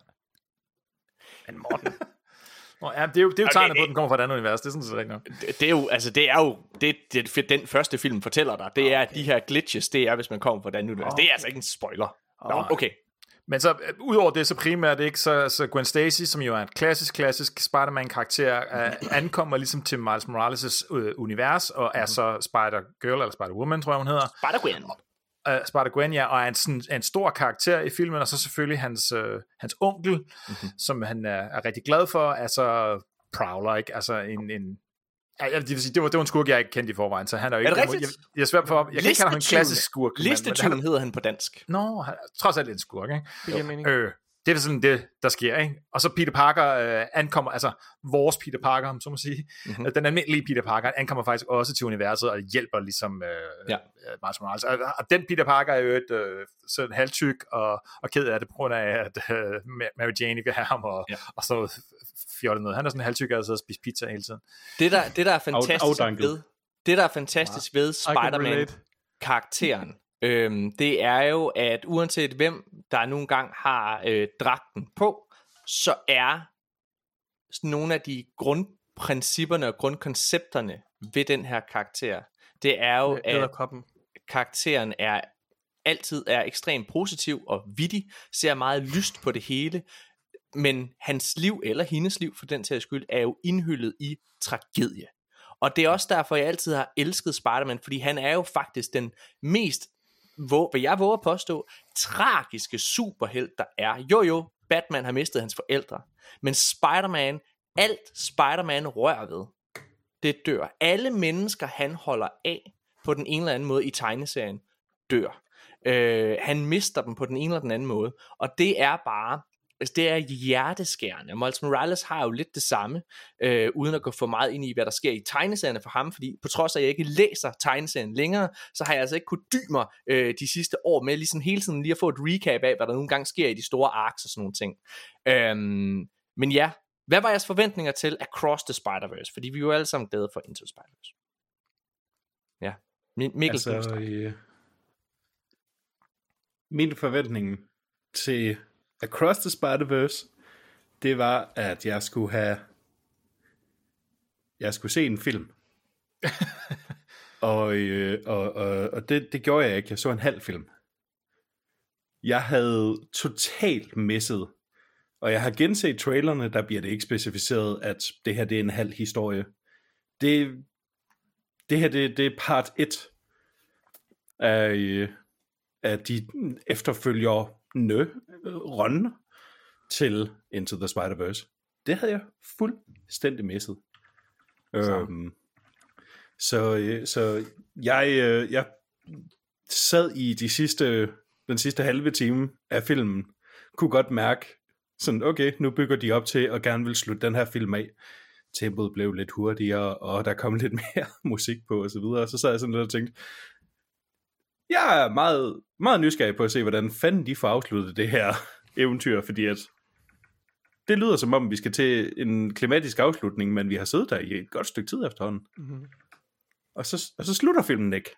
Men Morten... Nå, ja, det er jo, det er jo okay, tegnet på, at den kommer fra et andet univers. Det er sådan set rigtigt nok. Det, det er jo, altså, det er jo, det, det, den første film fortæller dig. Det er, okay. at de her glitches, det er, hvis man kommer fra et andet univers. Okay. Det er altså ikke en spoiler. Nå, okay. Men så, udover det, så primært ikke, så, så Gwen Stacy, som jo er en klassisk, klassisk Spider-Man-karakter, uh, ankommer ligesom til Miles Morales' uh, univers, og er så Spider-Girl, eller Spider-Woman, tror jeg, hun hedder. Spider-Gwen. Uh, Spider-Gwen, ja, og er en, sådan, er en stor karakter i filmen, og så selvfølgelig hans, uh, hans onkel, mm-hmm. som han er, er rigtig glad for, er så Prowler, ikke? Altså en... en ja, det, vil sige, det, var, det var en skurk, jeg ikke kendte i forvejen, så han er jo ikke... Er det rigtigt? Jeg, jeg er svært for... Jeg kan ikke kalde ham en klassisk skurk. Listetyven hedder han på dansk. Nå, han, trods alt en skurk, ikke? Det giver mening. Øh, det er sådan det, der sker, ikke? Og så Peter Parker øh, ankommer, altså vores Peter Parker, om så må sige, mm-hmm. den almindelige Peter Parker ankommer faktisk også til universet og hjælper ligesom øh, ja. Miles Morales. Og, og den Peter Parker er jo et øh, sådan halvtyk og, og ked af det på grund af, at øh, Mary Jane vil have ham og, ja. og så noget fjollet noget. Han er sådan halvtyk og sidder og spiser pizza hele tiden. Det der, det der er fantastisk ved, det der er fantastisk ja. ved Spider-Man karakteren, øhm, det er jo, at uanset hvem, der nogle gange har øh, dragten på, så er nogle af de grundprincipperne og grundkoncepterne ved den her karakter, det er jo, at karakteren er altid er ekstremt positiv og vittig, ser meget lyst på det hele, men hans liv, eller hendes liv for den sags skyld, er jo indhyllet i tragedie. Og det er også derfor, jeg altid har elsket Spider-Man, fordi han er jo faktisk den mest, hvad jeg våger påstå, tragiske superhelt, der er. Jo jo, Batman har mistet hans forældre, men Spider-Man, alt Spider-Man rører ved, det dør. Alle mennesker, han holder af på den ene eller anden måde i tegneserien, dør. Øh, han mister dem på den ene eller den anden måde, og det er bare, altså det er hjerteskærende. Miles Morales har jo lidt det samme, øh, uden at gå for meget ind i, hvad der sker i tegneserierne for ham, fordi på trods af, at jeg ikke læser tegneserien længere, så har jeg altså ikke kunnet dy mig øh, de sidste år med ligesom hele tiden lige at få et recap af, hvad der nogle gange sker i de store arcs og sådan nogle ting. Øhm, men ja, hvad var jeres forventninger til Across the Spider-Verse? Fordi vi er jo alle sammen glade for Into the Spider-Verse. Ja, Mikkel. Altså, øh, min forventning til Across the Spider-Verse, det var, at jeg skulle have, jeg skulle se en film. og øh, og, og, og det, det gjorde jeg ikke. Jeg så en halv film. Jeg havde totalt misset, og jeg har genset trailerne, der bliver det ikke specificeret, at det her det er en halv historie. Det, det her det, det er part et af, af de efterfølgerne run til Into the Spider-Verse. Det havde jeg fuldstændig misset. Så, øhm, så, så jeg, jeg sad i de sidste, den sidste halve time af filmen, kunne godt mærke, sådan okay, nu bygger de op til at gerne vil slutte den her film af. Tempoet blev lidt hurtigere, og der kom lidt mere musik på, og så videre. Og så sad jeg sådan lidt og tænkte, jeg er meget, meget nysgerrig på at se, hvordan fanden de får afsluttet det her eventyr, fordi at det lyder som om, vi skal til en klimatisk afslutning, men vi har siddet der i et godt stykke tid efterhånden. Mm-hmm. Og, så, og så slutter filmen ikke.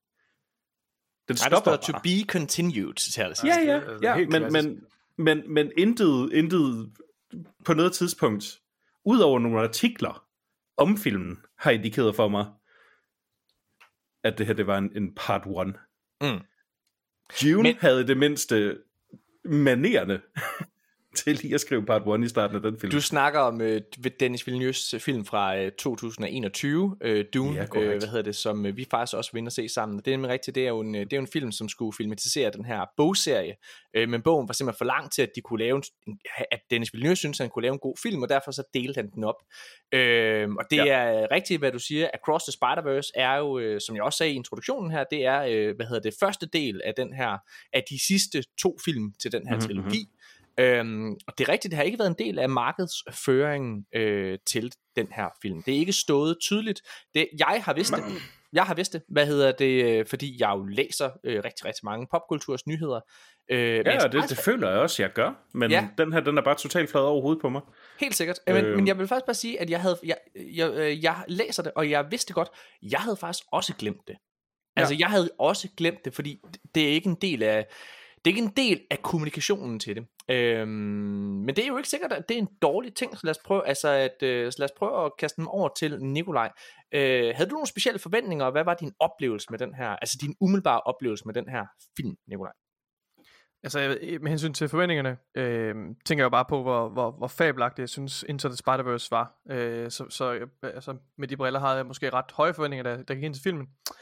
Den Ej, stopper bare. To be continued, til at ja, ja, ja, ja men, men, men, men intet, intet på noget tidspunkt, udover nogle artikler om filmen, har indikeret for mig, at det her det var en, en part one. Mm. June men... havde det mindste manerende til lige at skrive part one i starten af den film. Du snakker om uh, Denis Villeneuve's film fra uh, to tusind og enogtyve, uh, Dune, ja, uh, hvad hedder det, som uh, vi faktisk også var inde og se sammen. Det er nemlig rigtigt, det er jo en, det er jo en film, som skulle filmatisere den her bogserie, uh, men bogen var simpelthen for lang til, at de kunne lave en, at Denis Villeneuve syntes, at han kunne lave en god film, og derfor så delte han den op. Uh, og det ja. er rigtigt, hvad du siger. Across the Spider-Verse er jo, uh, som jeg også sagde i introduktionen her, det er, uh, hvad hedder det, første del af den her, af de sidste to film til den her mm-hmm. trilogi. Øhm, og det er rigtigt, det har ikke været en del af markedsføringen øh, til den her film. Det er ikke stået tydeligt. Det, jeg har vidst det. Jeg har vidst det. Hvad hedder det? Fordi jeg jo læser øh, rigtig, rigtig mange popkulturs nyheder. Øh, ja, og det, det føler jeg også, jeg gør. Men ja. den her, den er bare totalt flad over hovedet på mig. Helt sikkert. Øh. Men, men jeg vil faktisk bare sige, at jeg havde, jeg, jeg, jeg, jeg læser det, og jeg vidste godt. Jeg havde faktisk også glemt det. Altså, ja. jeg havde også glemt det, fordi det er ikke en del af. Det er ikke en del af kommunikationen til det. Øhm, men det er jo ikke sikkert, at det er en dårlig ting, så lad os prøve, altså at, øh, så lad os prøve at kaste dem over til Nikolaj. Øh, havde du nogle specielle forventninger, og hvad var din oplevelse med den her, altså din umiddelbare oplevelse med den her film, Nikolaj? Altså med hensyn til forventningerne, øh, tænker jeg jo bare på, hvor, hvor, hvor fabelagtigt jeg synes Into the Spider-Verse var. Øh, så så altså, med de briller havde jeg måske ret høje forventninger, der, der gik ind til filmen.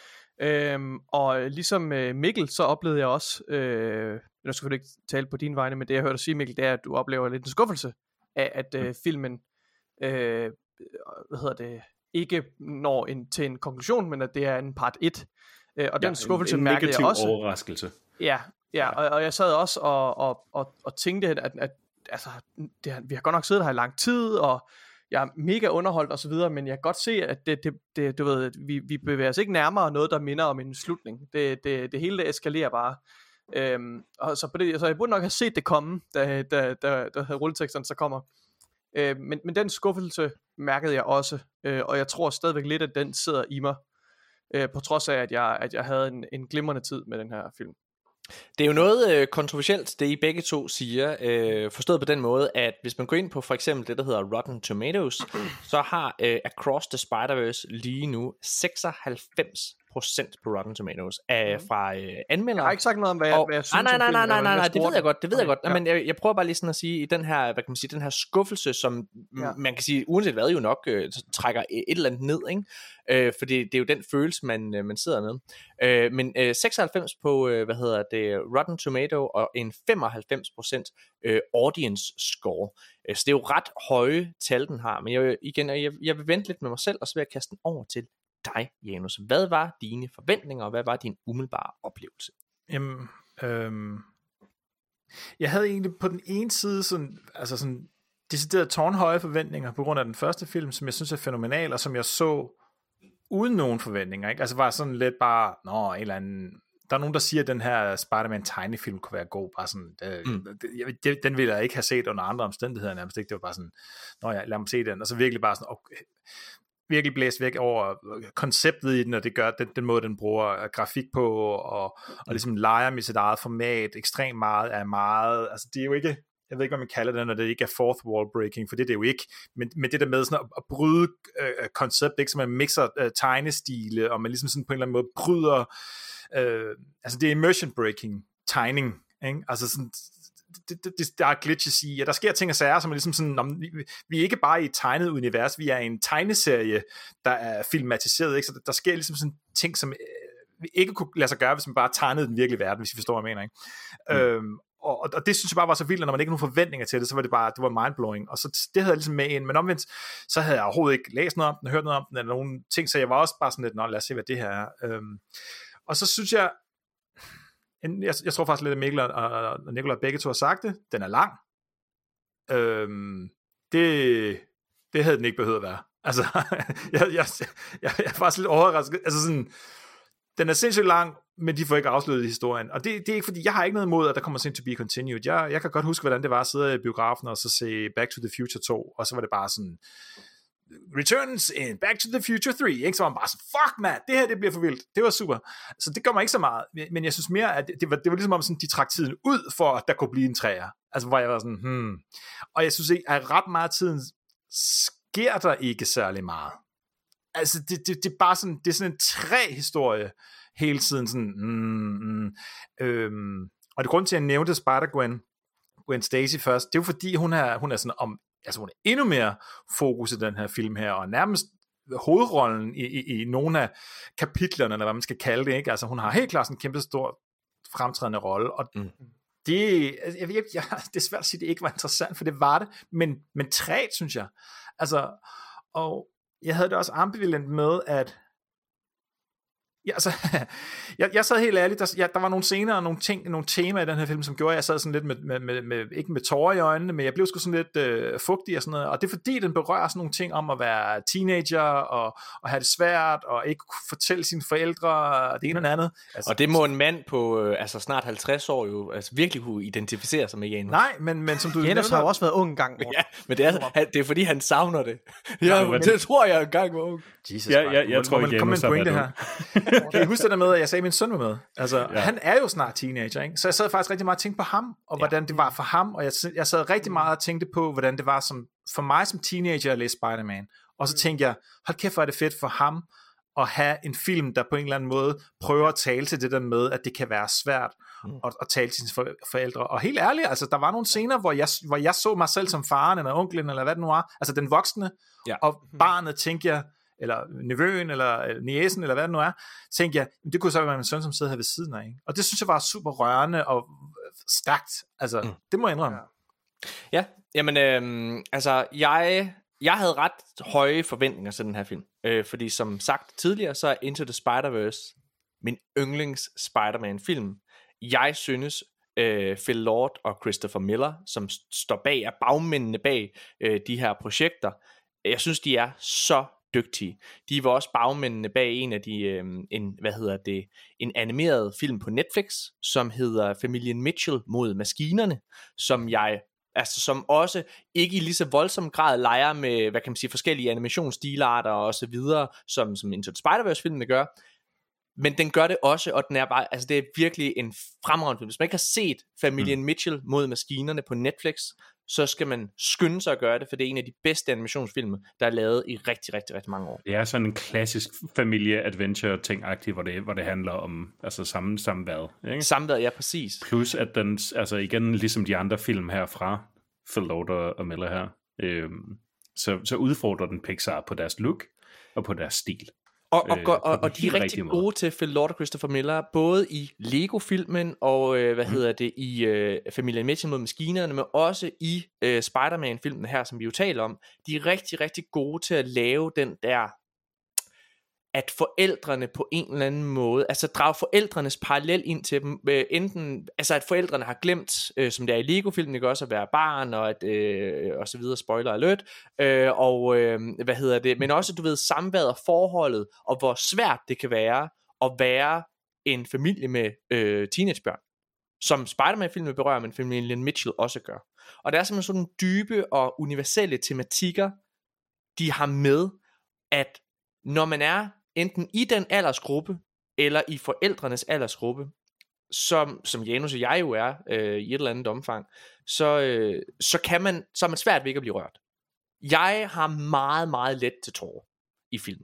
Øhm, og ligesom øh, Mikkel, så oplevede jeg også, øh, jeg skal selvfølgelig ikke tale på dine vegne, men det jeg hørte dig sige, Mikkel, det er, at du oplever lidt en skuffelse af, at øh, filmen, øh, hvad hedder det, ikke når en, til en konklusion, men at det er en part et. Øh, og ja, den skuffelse en, en mærkede jeg også. Overraskelse. Ja, ja, ja. Og, og jeg sad også og, og, og, og tænkte, at, at altså, det, vi har godt nok siddet her i lang tid, og jeg er mega underholdt og så videre, men jeg kan godt se, at det, det, det, du ved, vi, vi bevæger os ikke nærmere noget, der minder om en slutning. Det, det, det hele det eskalerer bare. Øhm, og så, på det, så jeg burde nok have set det komme, da, da, da, da rulleteksterne så kommer. Øh, men, men den skuffelse mærkede jeg også, øh, og jeg tror stadigvæk lidt, at den sidder i mig. øh, på trods af, at jeg, at jeg havde en, en glimrende tid med den her film. Det er jo noget øh, kontroversielt, det I begge to siger, øh, forstået på den måde, at hvis man går ind på for eksempel det, der hedder Rotten Tomatoes, så har øh, Across the Spider-Verse lige nu seksoghalvfems procent på Rotten Tomatoes af, fra øh, anmeldere. Jeg har ikke sagt noget om, hvad, og, hvad jeg synes nej, nej, om nej, filmen, nej, nej, nej, nej, det ved jeg godt, det ved jeg godt. Ja. Nej, men jeg, jeg prøver bare lige sådan at sige, i den her, hvad kan man sige, den her skuffelse, som ja. man kan sige, uanset hvad, jo nok øh, trækker et eller andet ned, ikke? Øh, fordi det er jo den følelse, man, øh, man sidder med. Øh, men øh, seksoghalvfems på, øh, hvad hedder det, Rotten Tomato, og en femoghalvfems procent øh, audience score. Øh, så det er jo ret høje tal, den har. Men jeg, igen, jeg, jeg vil vente lidt med mig selv, og så vil jeg kaste den over til dig, Janus. Hvad var dine forventninger, og hvad var din umiddelbare oplevelse? Jamen, øhm, jeg havde egentlig på den ene side sådan, altså sådan decideret tårnhøje forventninger på grund af den første film, som jeg synes er fænomenal, og som jeg så uden nogen forventninger, ikke? Altså var sådan lidt bare, nå, en eller anden, der er nogen, der siger, at den her Spider-Man tegnefilm kunne være god, bare sådan, det, mm. det, det, den ville jeg ikke have set under andre omstændigheder nærmest, ikke? Det var bare sådan, nå ja, lad mig se den, og så virkelig bare sådan, okay, virkelig blæst væk over konceptet i den, og det gør den, den måde, den bruger grafik på, og, og ligesom leger med sit eget format ekstremt meget, er meget, altså det er jo ikke, jeg ved ikke, hvad man kalder det, når det ikke er fourth wall breaking, for det er det jo ikke, men, men det der med sådan at, at bryde øh, koncept, ikke, så man mixer øh, tegnestile, og man ligesom sådan på en eller anden måde bryder, øh, altså det er immersion breaking tegning, ikke? Altså sådan, det, det, det, der er glitches i, og der sker ting og sager, som er ligesom sådan, om, vi, vi er ikke bare i et tegnet univers, vi er i en tegneserie, der er filmatiseret, ikke? Så der, der sker ligesom sådan ting, som øh, vi ikke kunne lade sig gøre, hvis man bare tegnede den virkelige verden, hvis I forstår, hvad jeg mener, ikke? Mm. Øhm, og, og det synes jeg bare var så vildt, og når man ikke havde nogen forventninger til det, så var det bare, det var mindblowing, og så det havde jeg ligesom med ind, men omvendt, så havde jeg overhovedet ikke læst noget om den, hørt noget om den, eller nogen ting, så jeg var også bare sådan lidt, nå, lad os se, hvad det her er. Øhm, og så synes jeg, jeg, jeg tror faktisk lidt, at Mikkel og, og Nikolaj begge to har sagt det, den er lang. Øhm, det, det havde den ikke behøvet at være. Altså, jeg, jeg, jeg, jeg er faktisk lidt overrasket, altså sådan, den er sindssygt lang, men de får ikke afsluttet i historien. Og det, det er ikke fordi, jeg har ikke noget imod, at der kommer to be continued. Jeg, jeg kan godt huske, hvordan det var at sidde i biografen og så se Back to the Future to, og så var det bare sådan, Returns in Back to the Future tre, ikke? Så var man bare sådan, fuck man, det her det bliver for vildt. Det var super. Så det gør mig ikke så meget, men jeg synes mere, at det var, det var ligesom om sådan, de trak tiden ud, for at der kunne blive en træer. Altså hvor jeg var sådan, hmm. Og jeg synes ikke, at ret meget tiden sker der ikke særlig meget. Altså det, det, det er bare sådan, det er sådan en træ-historie hele tiden sådan, mm, mm, øhm. Og det grund til at jeg nævnte Spider-Gwen Gwen Stacy først, det er jo fordi hun er, hun er sådan om, altså hun er endnu mere fokus i den her film her, og nærmest hovedrollen i, i, i nogle af kapitlerne, eller hvad man skal kalde det, ikke? Altså hun har helt klart sådan en kæmpe stor fremtrædende rolle, og mm. det, jeg, jeg, jeg, det er svært at sige, det ikke var interessant, for det var det, men, men træt, synes jeg. Altså, og jeg havde det også ambivalent med, at ja, altså, jeg, jeg sad helt ærligt, der, ja, der var nogle scener og nogle ting, nogle temaer i den her film, som gjorde, at jeg sad sådan lidt med, med, med, med ikke med tårer i øjnene, men jeg blev sgu sådan lidt øh, fugtig og sådan noget, og det er fordi, den berører sådan nogle ting om at være teenager, og, og have det svært, og ikke kunne fortælle sine forældre, og det ene og det andet. Altså, og det må en mand på øh, altså snart halvtreds år jo altså virkelig kunne identificere sig med Janus. Nej, men, men som du Janus har jo også været ung engang. Ja, men det er, han, det er fordi, han savner det. Ja, ja, men det tror jeg engang var ung. Jesus, ja, ja, jeg tror, man, Janus har været ung. Kan I huske det der med, at jeg sagde, at min søn var med? Altså, ja. Han er jo snart teenager, ikke? Så jeg sad faktisk rigtig meget og tænkte på ham, og hvordan ja. det var for ham, og jeg, jeg sad rigtig meget og tænkte på, hvordan det var som, for mig som teenager at læse Spider-Man. Og så tænkte jeg, hold kæft, hvor er det fedt for ham, at have en film, der på en eller anden måde prøver at tale til det der med, at det kan være svært mm. at, at tale til sine forældre. Og helt ærligt, altså, der var nogle scener, hvor jeg, hvor jeg så mig selv som faren, eller onklen, eller hvad det nu var, altså den voksne, ja. og barnet, tænkte jeg, eller nevøen, eller niecen, eller hvad det nu er, tænkte jeg, det kunne så være min søn, som sidder her ved siden af. Ikke? Og det synes jeg var super rørende og stærkt. Altså, mm. det må jeg indrømme. Ja, jamen, øh, altså, jeg, jeg havde ret høje forventninger til den her film. Øh, fordi som sagt tidligere, så er Into the Spider-Verse min yndlings Spider-Man-film. Jeg synes, øh, Phil Lord og Christopher Miller, som står bag, er bagmændene bag øh, de her projekter, jeg synes, de er så dygtige. De var også bagmændene bag en af de, øh, en, hvad hedder det, en animeret film på Netflix, som hedder Familien Mitchell mod maskinerne, som jeg, altså som også ikke i lige så voldsom grad leger med, hvad kan man sige, forskellige animationsstilarter og så videre, som, som Into the Spider-Verse filmene gør, men den gør det også, og den er bare, altså det er virkelig en fremragende film. Hvis man ikke har set Familien mm. Mitchell mod maskinerne på Netflix, så skal man skynde sig at gøre det, for det er en af de bedste animationsfilmer, der er lavet i rigtig, rigtig, rigtig mange år. Det er sådan en klassisk familie-adventure-ting-agtig, hvor det, hvor det handler om altså samme, samvær. Ikke? Samvær, ja, præcis. Plus at den, altså igen, ligesom de andre film her fra Phil Lord og, og Miller her, øhm, så, så udfordrer den Pixar på deres look og på deres stil. Og, og, øh, og, og, og de er rigtig gode måde. til Phil Lord og Christopher Miller, både i Lego-filmen og øh, hvad mm. hedder det i øh, Familien Mitchell mod maskinerne, men også i øh, Spider-Man-filmen her, som vi jo taler om. De er rigtig, rigtig gode til at lave den der, at forældrene på en eller anden måde, altså drage forældrenes parallel ind til dem, øh, enten, altså at forældrene har glemt, øh, som det er i Lego-filmen, ikke også at være barn, og at, øh, og så videre, spoiler alert, øh, og øh, hvad hedder det, men også, du ved, samværet og forholdet, og hvor svært det kan være, at være en familie med øh, teenagebørn, som Spider-Man-filmen berører, men familien Mitchell også gør. Og der er simpelthen sådan nogle dybe og universelle tematikker, de har med, at når man er enten i den aldersgruppe, eller i forældrenes aldersgruppe, som, som Janus og jeg jo er, øh, i et eller andet omfang, så, øh, så, kan man, så er man svært ved ikke at blive rørt. Jeg har meget, meget let til tårer i film.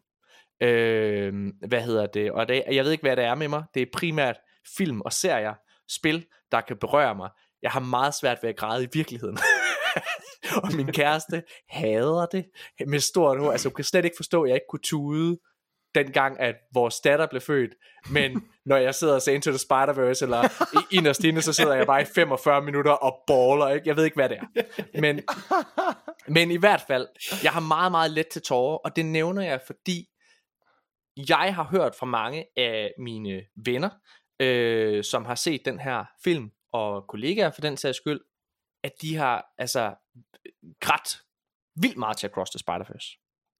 Øh, hvad hedder det? Og det, jeg ved ikke, hvad det er med mig. Det er primært film og serier, spil, der kan berøre mig. Jeg har meget svært ved at græde i virkeligheden. Og min kæreste hader det med stort ord. Altså hun kan slet ikke forstå, at jeg ikke kunne tude dengang, at vores datter blev født. Men når jeg sidder og ser Into the Spider-Verse eller inderst inde, så sidder jeg bare i femogfyrre minutter og baller, ikke? Jeg ved ikke, hvad det er. Men, men i hvert fald, jeg har meget, meget let til tårer, og det nævner jeg, fordi jeg har hørt fra mange af mine venner, øh, som har set den her film, og kollegaer for den sags skyld, at de har altså grædt vildt meget til Across the Spider-Verse.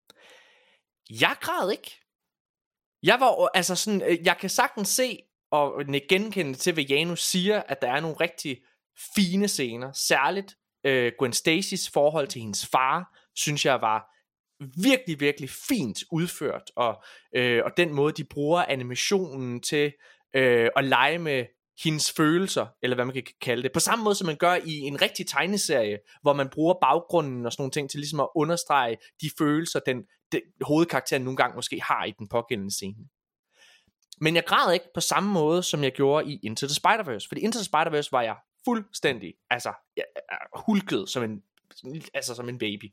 Jeg græd ikke. Jeg var altså sådan, jeg kan sagtens se og genkende til, hvad Janus siger, at der er nogle rigtig fine scener. Særligt øh, Gwen Stacys forhold til hendes far, synes jeg var virkelig, virkelig fint udført. Og, øh, og den måde, de bruger animationen til øh, at lege med hendes følelser, eller hvad man kan kalde det, på samme måde som man gør i en rigtig tegneserie, hvor man bruger baggrunden og sådan nogle ting til ligesom at understrege de følelser, den, den hovedkarakteren nogle gange måske har i den pågældende scene. Men jeg græd ikke på samme måde, som jeg gjorde i Into the Spider-Verse, fordi Into the Spider-Verse var jeg fuldstændig, altså jeg, jeg, hulket som en, altså som en baby.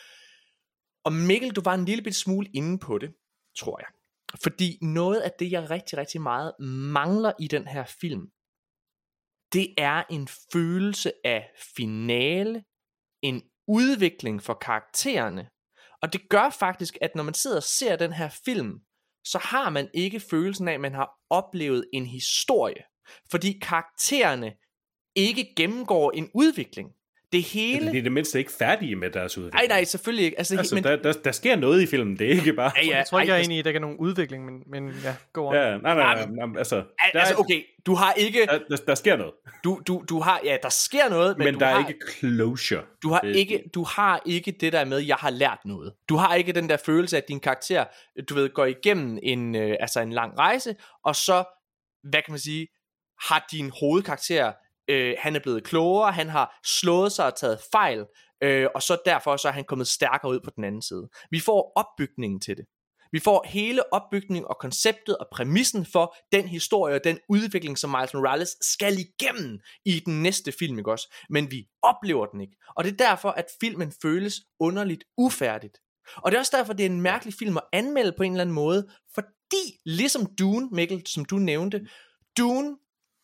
Og Mikkel, du var en lille bit smule inde på det, tror jeg. Fordi noget af det, jeg rigtig, rigtig meget mangler i den her film, det er en følelse af finale, en udvikling for karaktererne. Og det gør faktisk, at når man sidder og ser den her film, så har man ikke følelsen af, at man har oplevet en historie. Fordi karaktererne ikke gennemgår en udvikling. Det hele... Det er det mindste ikke færdige med deres udvikling. Nej, nej, selvfølgelig ikke. Altså, altså men... der, der, der sker noget i filmen, det er ikke bare... Ja, ja, jeg tror ikke, ej, jeg er enig i, at der ikke er nogen udvikling, men, men ja, go on. Ja, nej, nej, nej, nej altså... Altså, okay, du har ikke... Der, der, der sker noget. Du, du, du har... Ja, der sker noget, men, men du der har... er ikke closure. Du har, ikke, du har ikke det der med, jeg har lært noget. Du har ikke den der følelse, at din karakter, du ved, går igennem en, øh, altså en lang rejse, og så, hvad kan man sige, har din hovedkarakter... Øh, han er blevet klogere, han har slået sig og taget fejl, øh, og så derfor så er han kommet stærkere ud på den anden side. Vi får opbygningen til det. Vi får hele opbygningen og konceptet og præmissen for den historie og den udvikling, som Miles Morales skal igennem i den næste film, ikke også? Men vi oplever den ikke. Og det er derfor, at filmen føles underligt ufærdigt. Og det er også derfor, det er en mærkelig film at anmelde på en eller anden måde, fordi ligesom Dune, Mikkel, som du nævnte, Dune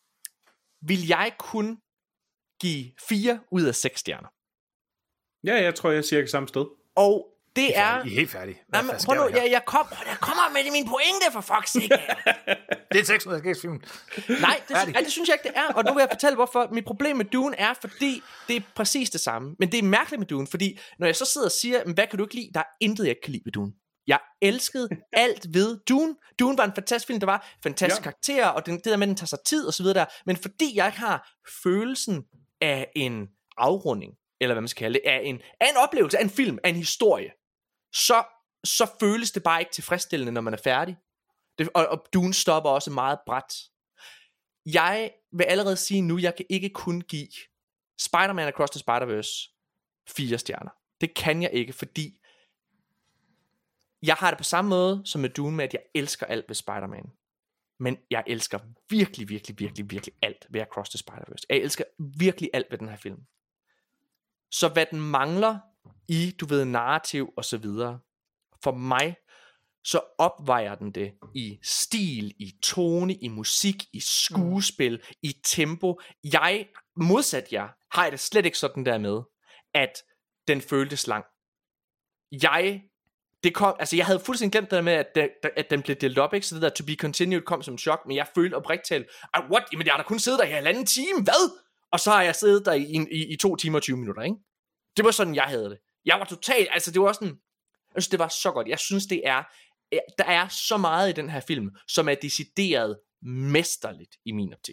vil jeg kun give fire ud af seks stjerner. Ja, jeg tror, jeg er cirka samme sted. Og det er... I er helt færdige. Nej, men prøv nu, jeg, jeg, kom, jeg kommer med min pointe, for fuck's sake. Det er seks ud af seks film. Nej, det, ej, det synes jeg ikke, det er. Og nu vil jeg fortælle, hvorfor. Mit problem med Dune er, fordi det er præcis det samme. Men det er mærkeligt med Dune, fordi når jeg så sidder og siger, hvad kan du ikke lide? Der er intet, jeg ikke kan lide ved Dune. Jeg elskede alt ved Dune. Dune var en fantastisk film, der var fantastiske ja. karakterer, og det der med, den tager sig tid og så videre der. Men fordi jeg ikke har følelsen af en afrunding, eller hvad man skal kalde det, af en, af en oplevelse, af en film, af en historie, så, så føles det bare ikke tilfredsstillende, når man er færdig. Det, og, og Dune stopper også meget brat. Jeg vil allerede sige nu, jeg kan ikke kun give Spider-Man Across the Spider-Verse fire stjerner. Det kan jeg ikke, fordi jeg har det på samme måde som med Dune, med at jeg elsker alt ved Spider-Man. Men jeg elsker virkelig, virkelig, virkelig, virkelig alt ved Across the Spider-Verse. Jeg elsker virkelig alt ved den her film. Så hvad den mangler i, du ved, narrativ og så videre, for mig, så opvejer den det i stil, i tone, i musik, i skuespil, i tempo. Jeg, modsat jer, har jeg det slet ikke sådan der med, at den føltes lang. Jeg, det kom, altså jeg havde fuldstændig glemt det der med, at, det, at den blev delt op, ikke? Så det der to be continued kom som en chok, men jeg følte oprigtigt talt, what? Jamen jeg har da kun siddet der i halvanden time, hvad? Og så har jeg siddet der i, i, i to timer og tyve minutter, ikke? Det var sådan, jeg havde det. Jeg var totalt, altså det var sådan, jeg synes, det var så godt. Jeg synes, det er, der er så meget i den her film, som er decideret mesterligt i min optik.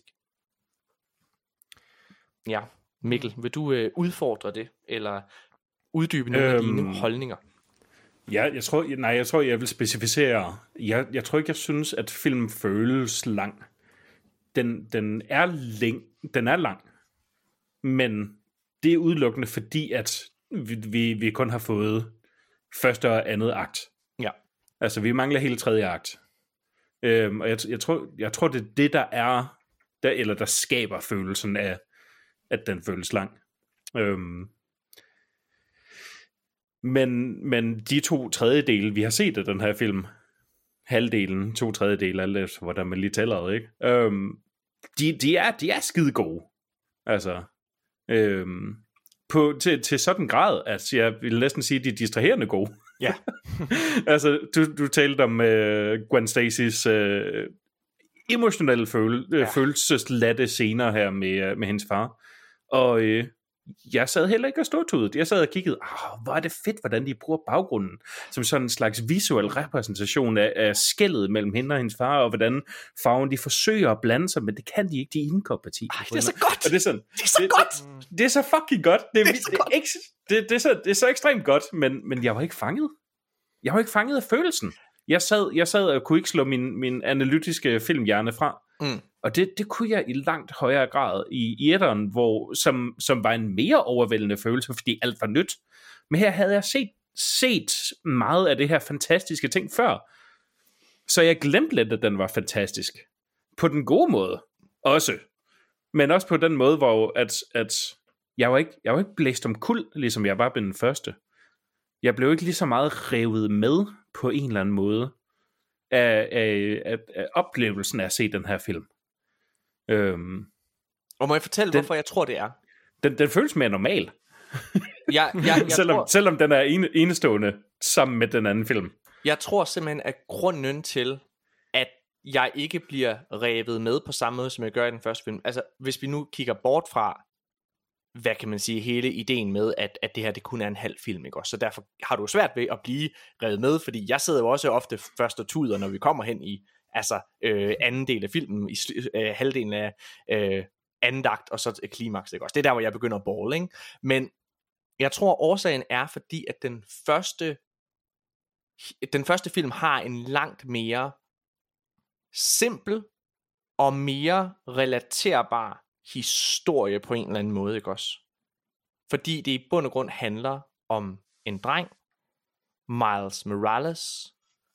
Ja, Mikkel, vil du øh, udfordre det, eller uddybe nogle øhm, af dine holdninger? Ja, jeg tror, nej, jeg tror, jeg vil specificere. Jeg, jeg tror ikke, jeg synes, at filmen føles lang. Den, den er læng, den er lang, men det er udelukkende fordi, at vi, vi, vi kun har fået første og andet akt. Ja. Altså, vi mangler hele tredje akt. Øhm, og jeg, jeg, tror, jeg tror, det er det, der er, der, eller der skaber følelsen af, at den føles lang. Øhm, men, men de to tredjedele, vi har set af den her film, halvdelen, to tredjedele, alt efter, hvordan man lige tæller det, ikke? Øhm, de, de, er, de er skide gode. Altså, øhm, på, til, til sådan grad, at jeg vil næsten sige, at de er distraherende gode. Ja. Altså, du, du talte om uh, Gwen Stacy's uh, emotionelle føle, ja. følelseslatte scener her med, uh, med hendes far. Og uh, jeg sad heller ikke og ståtudet. Jeg sad og kiggede, oh, hvor er det fedt, hvordan de bruger baggrunden som sådan en slags visuel repræsentation af, af skellet mellem hende og hendes far, og hvordan farven de forsøger at blande sig, men det kan de ikke, de er inkompatible. Ej, det er så godt! Og det er sådan, det er så det, godt! Det, det er så fucking godt! Det, det, er, så det, godt. Det, det, det, er så, det er så ekstremt godt, men, men jeg var ikke fanget. Jeg var ikke fanget af følelsen. Jeg sad, jeg sad og kunne ikke slå min, min analytiske filmhjerne fra. Mm. Og det, det kunne jeg i langt højere grad i, i etteren, hvor, som, som var en mere overvældende følelse, fordi alt var nyt. Men her havde jeg set, set meget af det her fantastiske ting før. Så jeg glemte lidt, at den var fantastisk. På den gode måde også. Men også på den måde, hvor at, at jeg, var ikke, jeg var ikke blæst om kul, ligesom jeg var ved den første. Jeg blev ikke lige så meget revet med på en eller anden måde af, af, af, af oplevelsen af at se den her film. Øhm, og må jeg fortælle, den, hvorfor jeg tror, det er? Den, den føles mere normal. Ja, ja, jeg selvom, tror, selvom den er ene, enestående sammen med den anden film. Jeg tror simpelthen, at grunden til, at jeg ikke bliver revet med på samme måde, som jeg gør i den første film. Altså, hvis vi nu kigger bort fra, hvad kan man sige, hele ideen med, at, at det her, det kun er en halv film, ikke også? Så derfor har du svært ved at blive revet med, fordi jeg sidder jo også ofte først og tuder, når vi kommer hen i, altså, øh, anden del af filmen, i øh, halvdelen af øh, anden akt, og så klimaks, ikke også? Det er der, hvor jeg begynder at balle, ikke? Men jeg tror, årsagen er, fordi at den første, den første film har en langt mere simpel og mere relaterbar historie på en eller anden måde, ikke også? Fordi det i bund og grund handler om en dreng, Miles Morales,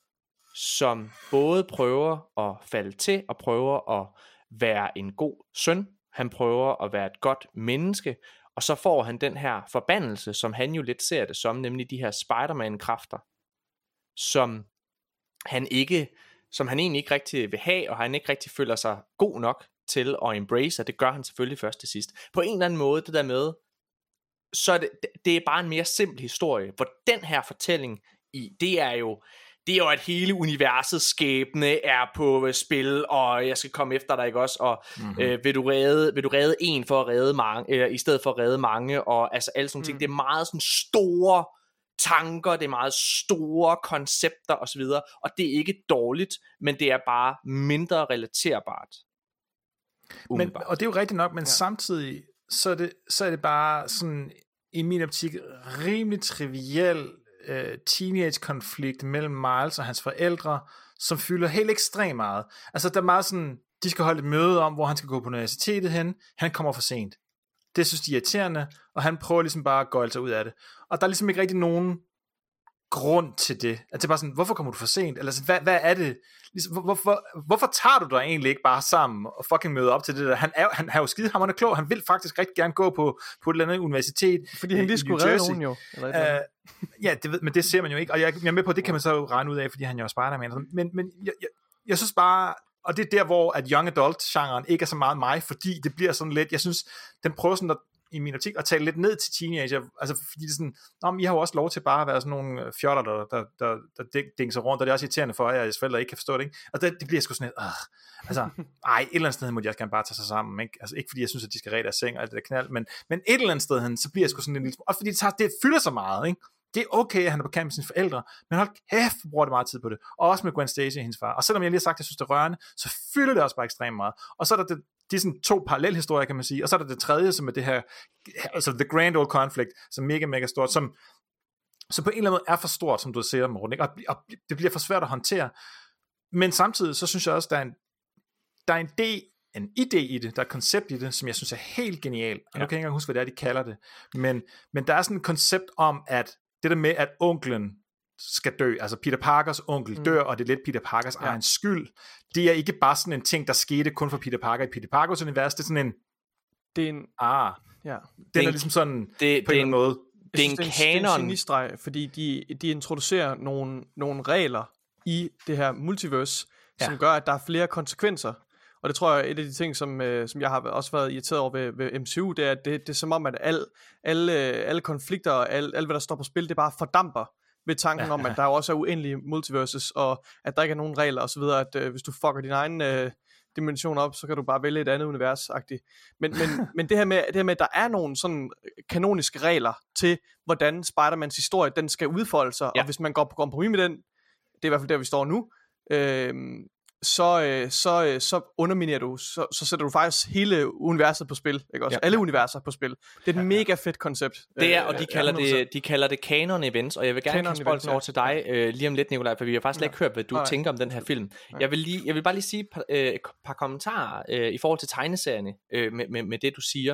som både prøver at falde til og prøver at være en god søn. Han prøver at være et godt menneske, og så får han den her forbandelse, som han jo lidt ser det som, nemlig de her Spider-Man-kræfter, som han ikke, som han egentlig ikke rigtig vil have, og han ikke rigtig føler sig god nok til at embrace, og det gør han selvfølgelig først til sidst. På en eller anden måde, det der med, så er det, det er bare en mere simpel historie, hvor den her fortælling i, det er jo, det er jo, at hele universets skæbne er på spil, og jeg skal komme efter dig, ikke også, og mm-hmm. øh, vil, du redde, vil du redde en for at redde mange, øh, i stedet for at redde mange, og altså alle sådan mm. ting, det er meget sådan store tanker, det er meget store koncepter osv., og det er ikke dårligt, men det er bare mindre relaterbart. Men, og det er jo rigtigt nok, men ja. samtidig så er, det, så er det bare sådan i min optik rimelig triviel øh, teenage-konflikt mellem Miles og hans forældre, som fylder helt ekstremt meget. Altså, der er meget sådan, de skal holde et møde om, hvor han skal gå på universitetet hen. Han kommer for sent. Det synes de er irriterende, og han prøver ligesom bare at gøjle sig ud af det. Og der er ligesom ikke rigtig nogen grund til det. At det er bare sådan, hvorfor kommer du for sent? Eller altså, hvad, hvad er det? Ligesom, hvor, hvorfor, hvorfor tager du dig egentlig ikke bare sammen og fucking møder op til det der? Han er, han er jo skidehamrende klog. Han vil faktisk rigtig gerne gå på, på et eller andet universitet. Fordi han lige skulle redde nogen jo. Eller uh, ja, det ved, men det ser man jo ikke. Og jeg, jeg er med på, at det kan man så regne ud af, fordi han jo er Spider-Man. Men, men jeg, jeg, jeg synes bare, og det er der, hvor at young adult-genren ikke er så meget mig, fordi det bliver sådan lidt, jeg synes, den prøver sådan at, i min optik, at tale lidt ned til teenager, altså fordi det er sådan, nå, men I har jo også lov til bare at være sådan nogle fjotter, der, der, der, der dingser rundt, og det er også irriterende for jer, at jeres forældre ikke kan forstå det, ikke? Og det, det bliver sgu sådan lidt, øh, altså, ej, et eller andet sted må de også gerne bare tage sig sammen, ikke? Altså ikke fordi jeg synes, at de skal redde deres seng og alt det der knald, men, men et eller andet sted hen, så bliver jeg sgu sådan en lille, også fordi det, tager, det fylder så meget, ikke? Det er okay, at han er på kant med sine forældre, men hold kæft, bruger det meget tid på det. Og også med Gwen Stacy og hendes far. Og selvom jeg lige har sagt, at jeg synes, det er rørende, så fylder det også bare ekstremt meget. Og så er der det, de er sådan to parallelhistorier, kan man sige. Og så er der det tredje, som er det her, altså The Grand Old Conflict, som er mega, mega stort, som, som på en eller anden måde er for stort, som du siger, Morten, ikke? Og, og det bliver for svært at håndtere. Men samtidig, så synes jeg også, der er en, der er en idé, en idé i det, der er et koncept i det, som jeg synes er helt genial. Og ja. Nu kan jeg ikke engang huske, hvad det er, de kalder det. Men, men der er sådan et koncept om, at det der med, at onklen skal dø, altså Peter Parkers onkel mm. dør, og det er lidt Peter Parkers ja. egen skyld, det er ikke bare sådan en ting, der skete kun for Peter Parker i Peter Parkers univers, det er sådan en, det er en, ah, ja. den er ligesom sådan, det, på en eller anden måde. Det er en kanon. Det er en genistreg, fordi de, de introducerer nogle, nogle regler i det her multiverse, ja. som gør, at der er flere konsekvenser. Og det tror jeg er et af de ting, som, øh, som jeg har også været irriteret over ved, ved M C U, det er, at det, det er som om, at al, alle, alle konflikter og alt, alt, hvad der står på spil, det bare fordamper ved tanken ja, om, at der også er uendelige multiverses, og at der ikke er nogen regler osv., at øh, hvis du fucker din egen øh, dimension op, så kan du bare vælge et andet univers-agtigt. Men, men, men det, her med, det her med, at der er nogle sådan kanoniske regler til, hvordan Spider-Mans historie, den skal udfolde sig, ja. og hvis man går på kompromis med den, det er i hvert fald der, vi står nu, øh, så, øh, så, øh, så underminerer du, så, så sætter du faktisk hele universet på spil, ikke også? Ja. Alle universer på spil. Det er et ja, mega fedt koncept. Det er, og de kalder, det, de kalder det canon events, og jeg vil gerne kaste bolden over til dig øh, lige om lidt, Nikolaj, for vi har faktisk ja. ikke hørt, hvad du Nej. tænker om den her film. Nej. Jeg vil, lige, jeg vil bare lige sige et par, øh, par kommentarer øh, i forhold til tegneserierne øh, med, med, med det, du siger.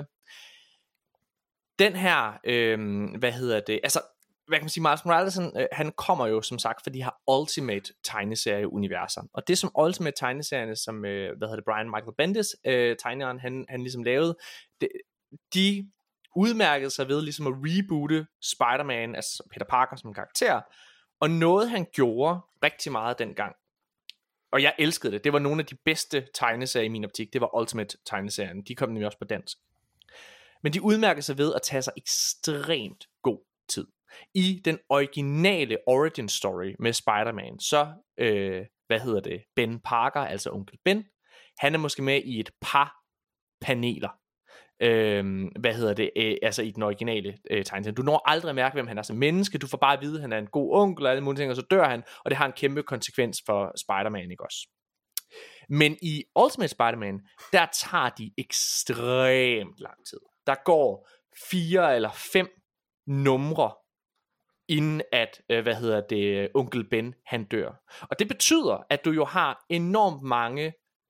Den her, øh, hvad hedder det, altså, hvad kan man sige, Miles Morales, øh, han kommer jo som sagt, for de har Ultimate tegneserie-universer. Og det som Ultimate tegneserierne, som, øh, hvad hedder det, Brian Michael Bendis, øh, tegneren, han, han ligesom lavede, det, de udmærkede sig ved ligesom at reboote Spider-Man, altså Peter Parker som karakter, og noget han gjorde rigtig meget dengang, og jeg elskede det, det var nogle af de bedste tegneserier i min optik, det var Ultimate tegneserien, de kom nemlig også på dansk. Men de udmærkede sig ved at tage sig ekstremt god tid. I den originale origin story med Spider-Man, så, øh, hvad hedder det, Ben Parker, altså onkel Ben, han er måske med i et par paneler, øh, hvad hedder det, øh, altså i den originale øh, tegneserie. Du når aldrig at mærke, hvem han er som menneske, du får bare at vide, at han er en god onkel og alle mulige ting, og så dør han, og det har en kæmpe konsekvens for Spider-Man, ikke også? Men i Ultimate Spider-Man, der tager de ekstremt lang tid. Der går fire eller fem numre, inden at, øh, hvad hedder det, onkel Ben, han dør. Og det betyder, at du jo har enormt mange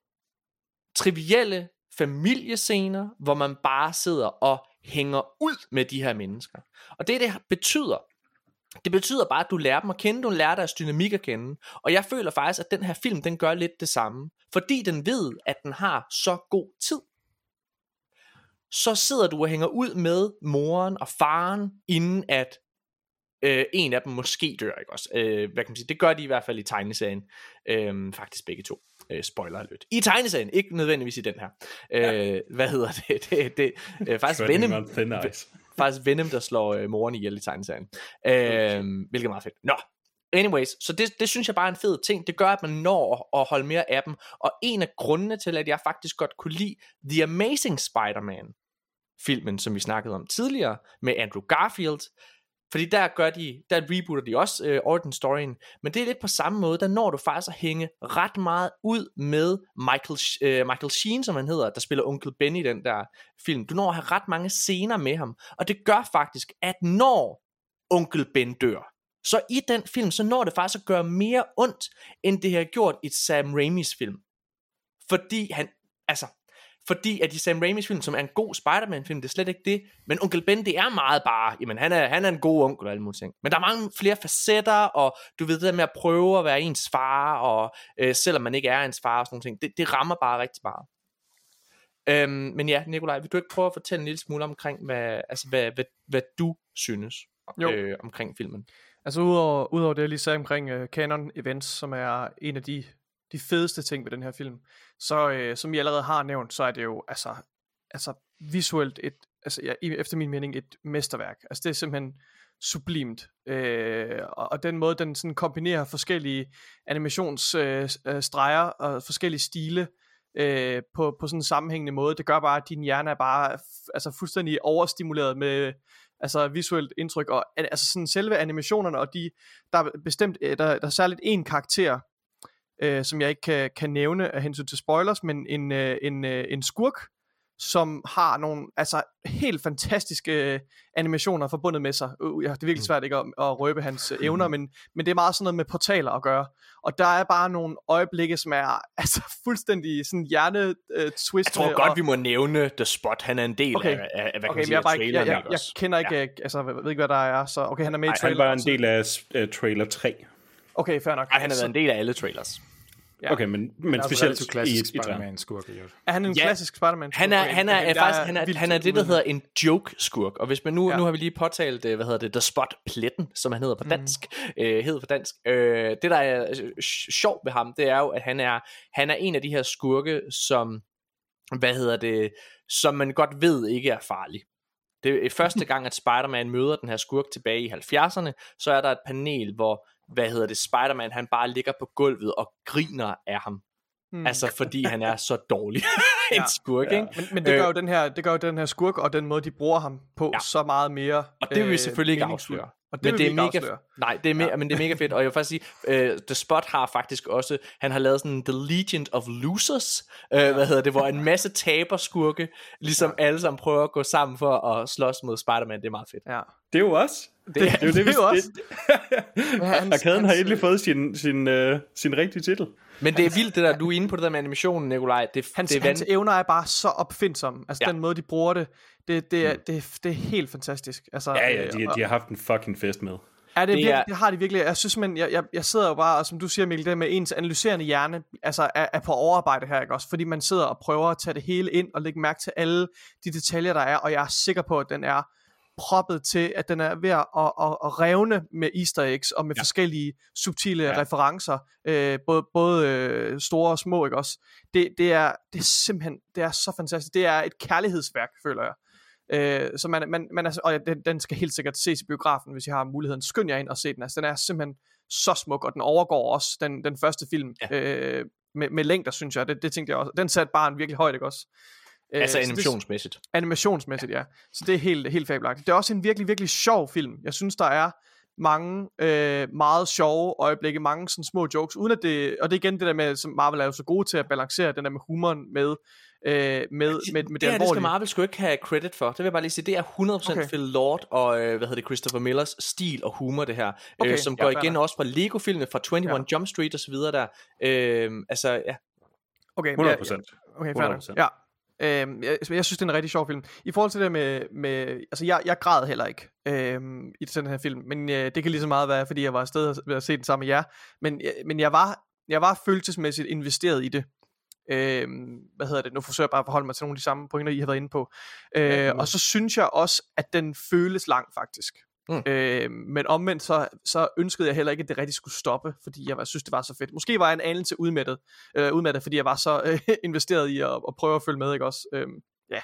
trivielle familiescener, hvor man bare sidder og hænger ud med de her mennesker. Og det, det betyder, det betyder bare, at du lærer dem at kende, du lærer deres dynamik at kende. Og jeg føler faktisk, at den her film, den gør lidt det samme. Fordi den ved, at den har så god tid. Så sidder du og hænger ud med moren og faren, inden at øh, en af dem måske dør, ikke også? Øh, hvad kan man sige? Det gør de i hvert fald i tegneserien. Øh, faktisk begge to. Øh, spoiler alert. I tegneserien, ikke nødvendigvis i den her. Øh, ja. Hvad hedder det? Det, det øh, faktisk Venom. Faktisk Venom, der slår øh, moren ihjel i tegneserien. Øh, hvilket er meget fedt. Nå. Anyways, så det, det synes jeg bare er en fed ting. Det gør, at man når at holde mere af dem. Og en af grundene til, at jeg faktisk godt kunne lide The Amazing Spider-Man filmen, som vi snakkede om tidligere, med Andrew Garfield, fordi der gør de, der rebooter de også øh, origin storyen, men det er lidt på samme måde, der når du faktisk at hænge ret meget ud med Michael, øh, Michael Sheen, som han hedder, der spiller onkel Ben i den der film. Du når at have ret mange scener med ham, og det gør faktisk, at når onkel Ben dør, Så i den film, så når det faktisk at gøre mere ondt, end det har gjort i Sam Raimis film. Fordi han, altså, fordi at i Sam Raimis film, som er en god Spider-Man film, det er slet ikke det, men Onkel Ben, det er meget bare, jamen han er, han er en god onkel og alle mulige ting. Men der er mange flere facetter, og du ved det der med at prøve at være ens far, og øh, selvom man ikke er ens far og sådan nogle ting, det, det rammer bare rigtig meget. Øhm, men ja, Nikolaj, vil du ikke prøve at fortælle en lille smule omkring, hvad, altså, hvad, hvad, hvad du synes øh, omkring filmen? Altså udover, udover det, jeg lige sagde omkring uh, Canon Events, som er en af de, de fedeste ting ved den her film, så uh, som I allerede har nævnt, så er det jo altså, altså visuelt et, altså ja, efter min mening et mesterværk. Altså det er simpelthen sublimt. Uh, og, og den måde, den sådan kombinerer forskellige animationsstreger uh, og forskellige stile, Øh, på, på sådan en sammenhængende måde, det gør bare, at din hjerne er bare f- altså fuldstændig overstimuleret med altså visuelt indtryk, og altså sådan selve animationerne, og de, der er bestemt, der, der er særligt en karakter, øh, som jeg ikke kan, kan nævne af hensyn til spoilers, men en, øh, en, øh, en skurk, som har nogle altså helt fantastiske øh, animationer forbundet med sig. Uh, ja, det er virkelig svært ikke at, at røbe hans øh, evner, men, men det er meget sådan noget med portaler at gøre. Og der er bare nogle øjeblikke, som er altså fuldstændig sådan hjerne-twist. Jeg tror godt, og... vi må nævne The Spot. Han er en del okay. af, af, af, hvad okay, kan man sige, af traileren. Jeg, jeg, jeg kender ikke, ja. altså jeg ved ikke, hvad der er. Så okay, han er med i Ej, trailer. han var en del af uh, trailer tre. Okay, fair nok. Ej, han har været en del af alle trailers. Ja. Okay, men, men altså specielt i klassisk i, i Spider-Man-skurk. Er han en ja. klassisk Spider-Man? Han er, okay, han er, okay, er faktisk, han er, han er det, der hedder en joke-skurk. Og hvis man nu, ja. nu har vi lige påtalt, hvad hedder det, The Spot-pletten, som han hedder på dansk. Mm. Øh, hedder på dansk. Øh, det, der er sjovt ved ham, det er jo, at han er, han er en af de her skurke, som, hvad hedder det, som man godt ved ikke er farlig. Det er første gang, at Spider-Man møder den her skurk tilbage i halvfjerdserne, så er der et panel, hvor, hvad hedder det, Spider-Man, han bare ligger på gulvet og griner af ham. Hmm. Altså fordi han er så dårlig en ja. skurk, ikke? Ja. Men, men det gør jo den her, det gør jo den her skurk og den måde de bruger ham på ja. så meget mere. Og det vil vi selvfølgelig ikke afsløre. Og det, men det er mega afsløre. Nej, det er me- ja. men det er mega fedt. Og jeg vil faktisk sige, uh, The Spot har faktisk også, han har lavet sådan The Legion of Losers, uh, ja. hvad hedder det, hvor en masse taberskurke ligesom ja. alle sammen prøver at gå sammen for at slås mod Spider-Man. Det er meget fedt. Ja. Det er jo også. Det, det, det, det, det er jo også. Arkaden har endelig fået sin, sin, uh, sin rigtige titel. Men det er vildt det der, du er inde på det der med animationen, Nikolaj. Det, hans, det er hans evner er bare så opfindsomme. Altså ja. den måde de bruger det, det, det, er, mm. det, det er helt fantastisk. Altså, ja, ja, de, de har haft en fucking fest med. Ja, det, det, virkelig, er... det har de virkelig. Jeg synes, men jeg, jeg, jeg sidder jo bare, og som du siger, Mikkel, det med ens analyserende hjerne, altså er, er på overarbejde her, ikke også? Fordi man sidder og prøver at tage det hele ind og lægge mærke til alle de detaljer, der er, og jeg er sikker på, at den er proppet til, at den er ved at, at, at, at revne med easter eggs og med ja. forskellige subtile ja. referencer, øh, både, både øh, store og små, ikke også? Det, det, er, det er simpelthen, det er så fantastisk. Det er et kærlighedsværk, føler jeg. Øh, så man, man, man er, og ja, den, den skal helt sikkert ses i biografen, hvis I har muligheden. Skynd jer ind og se den. Altså, den er simpelthen så smuk, og den overgår også den, den første film ja. øh, med, med længder, synes jeg. Det, det tænkte jeg også. Den satte bare en virkelig højt, ikke også? Altså animationsmæssigt. Det, animationsmæssigt, ja. Så det er helt, helt fabelagtigt. Det er også en virkelig, virkelig sjov film. Jeg synes, der er mange øh, meget sjove øjeblikke, mange sådan små jokes, uden at det, og det er igen det der med, som Marvel er jo så gode til at balancere den der med humoren med, øh, med, med, med det, det, det her, det skal Marvel sgu ikke have credit for. Det vil jeg bare lige sige, det er hundrede procent okay. Phil Lord og, øh, hvad hedder det, Christopher Millers stil og humor, det her, okay, øh, som ja, går igen der. Også fra Lego-filmene, fra enogtyve ja. Jump Street og så videre der. Øh, altså, ja. Okay, hundrede procent. Okay, fair ja. Øhm, jeg, jeg synes det er en rigtig sjov film. I forhold til det med, med altså jeg, jeg græd heller ikke øhm, i den her film, men øh, det kan lige så meget være, fordi jeg var afsted ved at se den sammen med jer. Men, øh, men jeg var jeg var følelsesmæssigt investeret i det. Øhm, hvad hedder det? Nu forsøger jeg bare at forholde mig til nogle af de samme pointer, I har været inde på. Øh, ja, og så synes jeg også, at den føles lang faktisk. Mm. Øh, men omvendt så, så ønskede jeg heller ikke, at det rigtig skulle stoppe, fordi jeg synes det var så fedt. Måske var jeg en anelse udmattet, øh, udmattet fordi jeg var så øh, investeret i at, at prøve at følge med, ikke også? Øh, ja.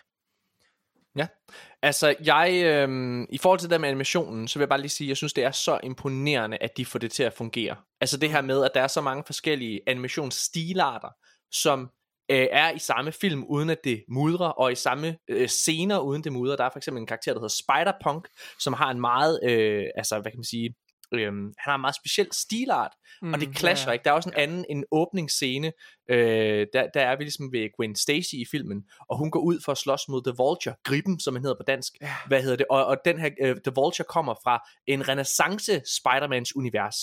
Ja, altså jeg øh, i forhold til det med animationen, så vil jeg bare lige sige, jeg synes det er så imponerende, at de får det til at fungere. Altså det her med, at der er så mange forskellige animationsstilarter, som øh, er i samme film, uden at det mudrer, og i samme øh, scener, uden det mudrer. Der er for eksempel en karakter, der hedder Spider-Punk, som har en meget, øh, altså hvad kan man sige, øhm, han har en meget speciel stilart, mm, og det clasher ja, ikke. Der er også en anden, en åbningsscene, øh, der, der er vi ligesom ved Gwen Stacy i filmen, og hun går ud for at slås mod The Vulture, Gribben, som han hedder på dansk. Ja. Hvad hedder det? Og, og den her, øh, The Vulture kommer fra en renaissance Spider-Mans univers.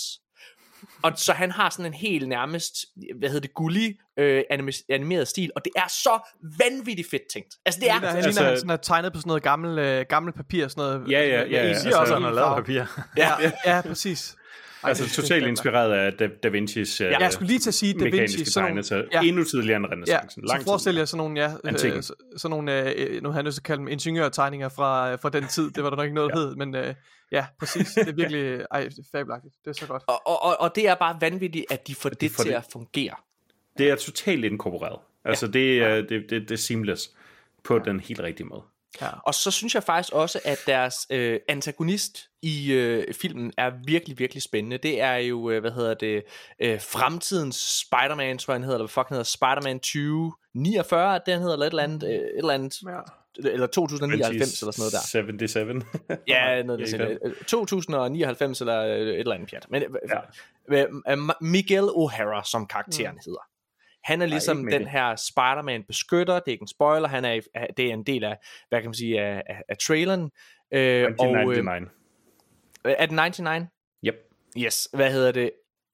Og så han har sådan en helt nærmest, hvad hedder det, gullig øh, animeret stil, og det er så vanvittigt fedt tænkt. Altså det er... Han ligner, altså, han sådan er tegnet på sådan noget gammel, øh, gammel papir, sådan noget... Ja, ja, ja. I siger også, at han har lavet papir. Ja, ja, ja, præcis. Ej, altså totalt inspireret af Da, da Vinci's ja, jeg skulle lige til at sige Da Vinci sådan nogle, så ja. endnu tidligere end renæssancen. Ja, så forestil jer sådan nogle, ja, øh, sådan nogle, øh, nu har jeg nødt til at kalde dem ingeniørtegninger fra, fra den tid. Det var der nok ikke noget, der ja. hed, men øh, ja, præcis. Det er virkelig, ej, det er fabelagtigt. Det er så godt. Og, og, og det er bare vanvittigt, at de får det de får til det. at fungere. Det er totalt inkorporeret. Altså ja. det, er, det, det, det er seamless på ja. den helt rigtige måde. Ja. Og så synes jeg faktisk også, at deres øh, antagonist i øh, filmen er virkelig, virkelig spændende. Det er jo, øh, hvad hedder det, øh, fremtidens Spider-Man, tror jeg han hedder, eller hvad fuck han hedder, Spider-Man tyve niogfyrre, den hedder, eller et eller andet, øh, et eller andet, ja. eller to tusind nioghalvfems, eller sådan noget der. syvoghalvtreds Ja, noget der, to tusind nioghalvfems, eller et eller andet pjat. Men ja. øh, Miguel O'Hara, som karakteren mm. hedder. Han er ligesom Nej, den her Spider-Man beskytter. Det er ikke en spoiler. Han er, det er en del af, hvad kan man sige, af, af, af traileren. Øh, nitten nioghalvfems. Og, er det nioghalvfems? Yep. Yes, hvad hedder det?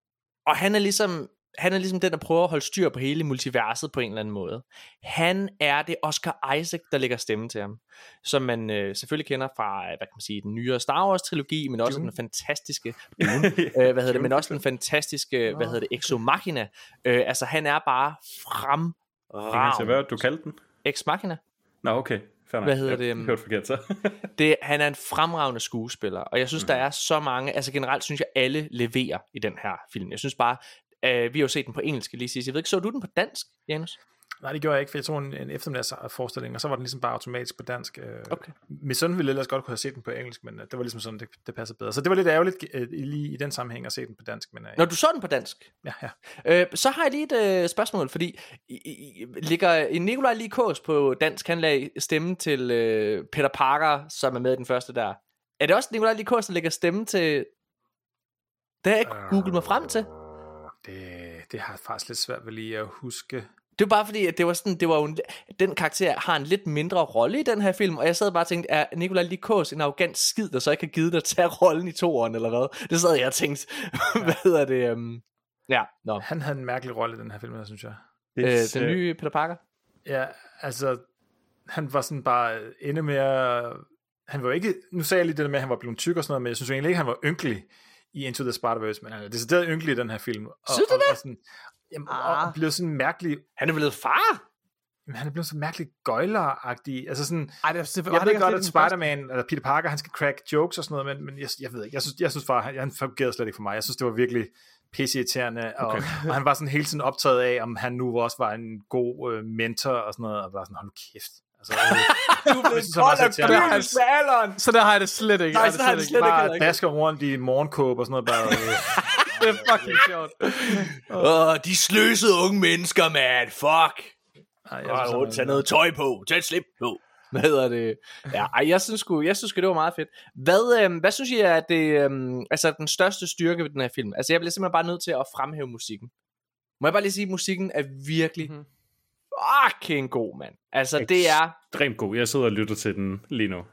Og han er ligesom, han er ligesom den, der prøver at holde styr på hele multiverset på en eller anden måde. Han er det Oscar Isaac, der lægger stemme til ham. Som man øh, selvfølgelig kender fra, hvad kan man sige, den nyere Star Wars trilogi, men også Dune. den fantastiske Dune, øh, hvad hedder det, men også den fantastiske, hvad hedder det, Ex Machina. Øh, altså han er bare fremragende. Hvad du kaldte den? Ex Machina. Nå, okay. Fair hvad hedder det? Jeg hørte forkert så. det, han er en fremragende skuespiller, og jeg synes, mm. der er så mange, altså generelt synes jeg, alle leverer i den her film. Jeg synes bare, Uh, vi har jo set den på engelsk, lige sige. Jeg ved ikke, så du den på dansk, Janus? Nej, det gjorde jeg ikke, for jeg tog en, en eftermiddagsforestilling, og så var den ligesom bare automatisk på dansk. Okay. Min søn ville ellers godt kunne have set den på engelsk, men det var ligesom sådan, det, det passede bedre. Så det var lidt ærgerligt uh, lige i den sammenhæng at se den på dansk. Men, uh, Når du så den på dansk? Ja, ja. Uh, så har jeg lige et uh, spørgsmål, fordi I, I, ligger Nikolaj Likås på dansk, han lagde stemme til uh, Peter Parker, som er med i den første der. Er det også Nikolaj Likås, der lægger stemme til... Det har jeg ikke uh, googlet mig frem til. Det, det har jeg faktisk lidt svært ved lige at huske. Det var bare fordi, at det var sådan, det var jo en, den karakter har en lidt mindre rolle i den her film, og jeg sad bare og tænkte, er Nikolaj Likås en arrogant skid, der så ikke har givet dig at tage rollen i toeren, eller hvad? Det sad jeg og tænkte, ja. hvad hedder det? Um... Ja, no. Han havde en mærkelig rolle i den her film, synes jeg. Øh, den nye Peter Parker? Ja, altså, han var sådan bare endnu mere, han var ikke, nu sagde jeg lige det med, at han var blevet tyk og sådan noget, men jeg synes egentlig ikke, han var ynkelig i Into the Spider-Verse, men han er decideret ynkelig i den her film. Og, synes du og, det? Og, sådan, jamen, ah. og blev sådan mærkelig... Han er blevet far? Jamen, han er blevet så mærkelig gøjler-agtig. Altså sådan... Ej, det, det, jeg ved godt, at Spider-Man, eller Peter Parker, han skal crack jokes og sådan noget, men, men jeg, jeg ved ikke. Jeg synes, jeg synes bare, han, han fungerede slet ikke for mig. Jeg synes, det var virkelig pisseirriterende, og, okay. og han var sådan hele tiden optaget af, om han nu også var en god øh, mentor og sådan noget, og var sådan, hold kæft. Altså, øh, du er blevet kold og kynisk med alderen. Så der har jeg det slet ikke. Nej, så har jeg det slet ikke. Bare dasker rundt i morgenkåb og sådan noget. Bare, øh. Det er fucking sjovt. Åh, oh, de sløsede unge mennesker, man. Fuck. Ej, jeg Åh, oh, tag noget tøj på. Tag et slip på. Hvad hedder det? Ja, ej, jeg synes sgu, jeg synes sgu, det var meget fedt. Hvad, øhm, hvad synes I er det, øhm, altså den største styrke ved den her film? Altså jeg bliver simpelthen bare nødt til at fremhæve musikken. Må jeg bare lige sige, at musikken er virkelig mm-hmm. fucking god, mand. Altså Ekstremt det er... Ekstremt god. Jeg sidder og lytter til den lige nu.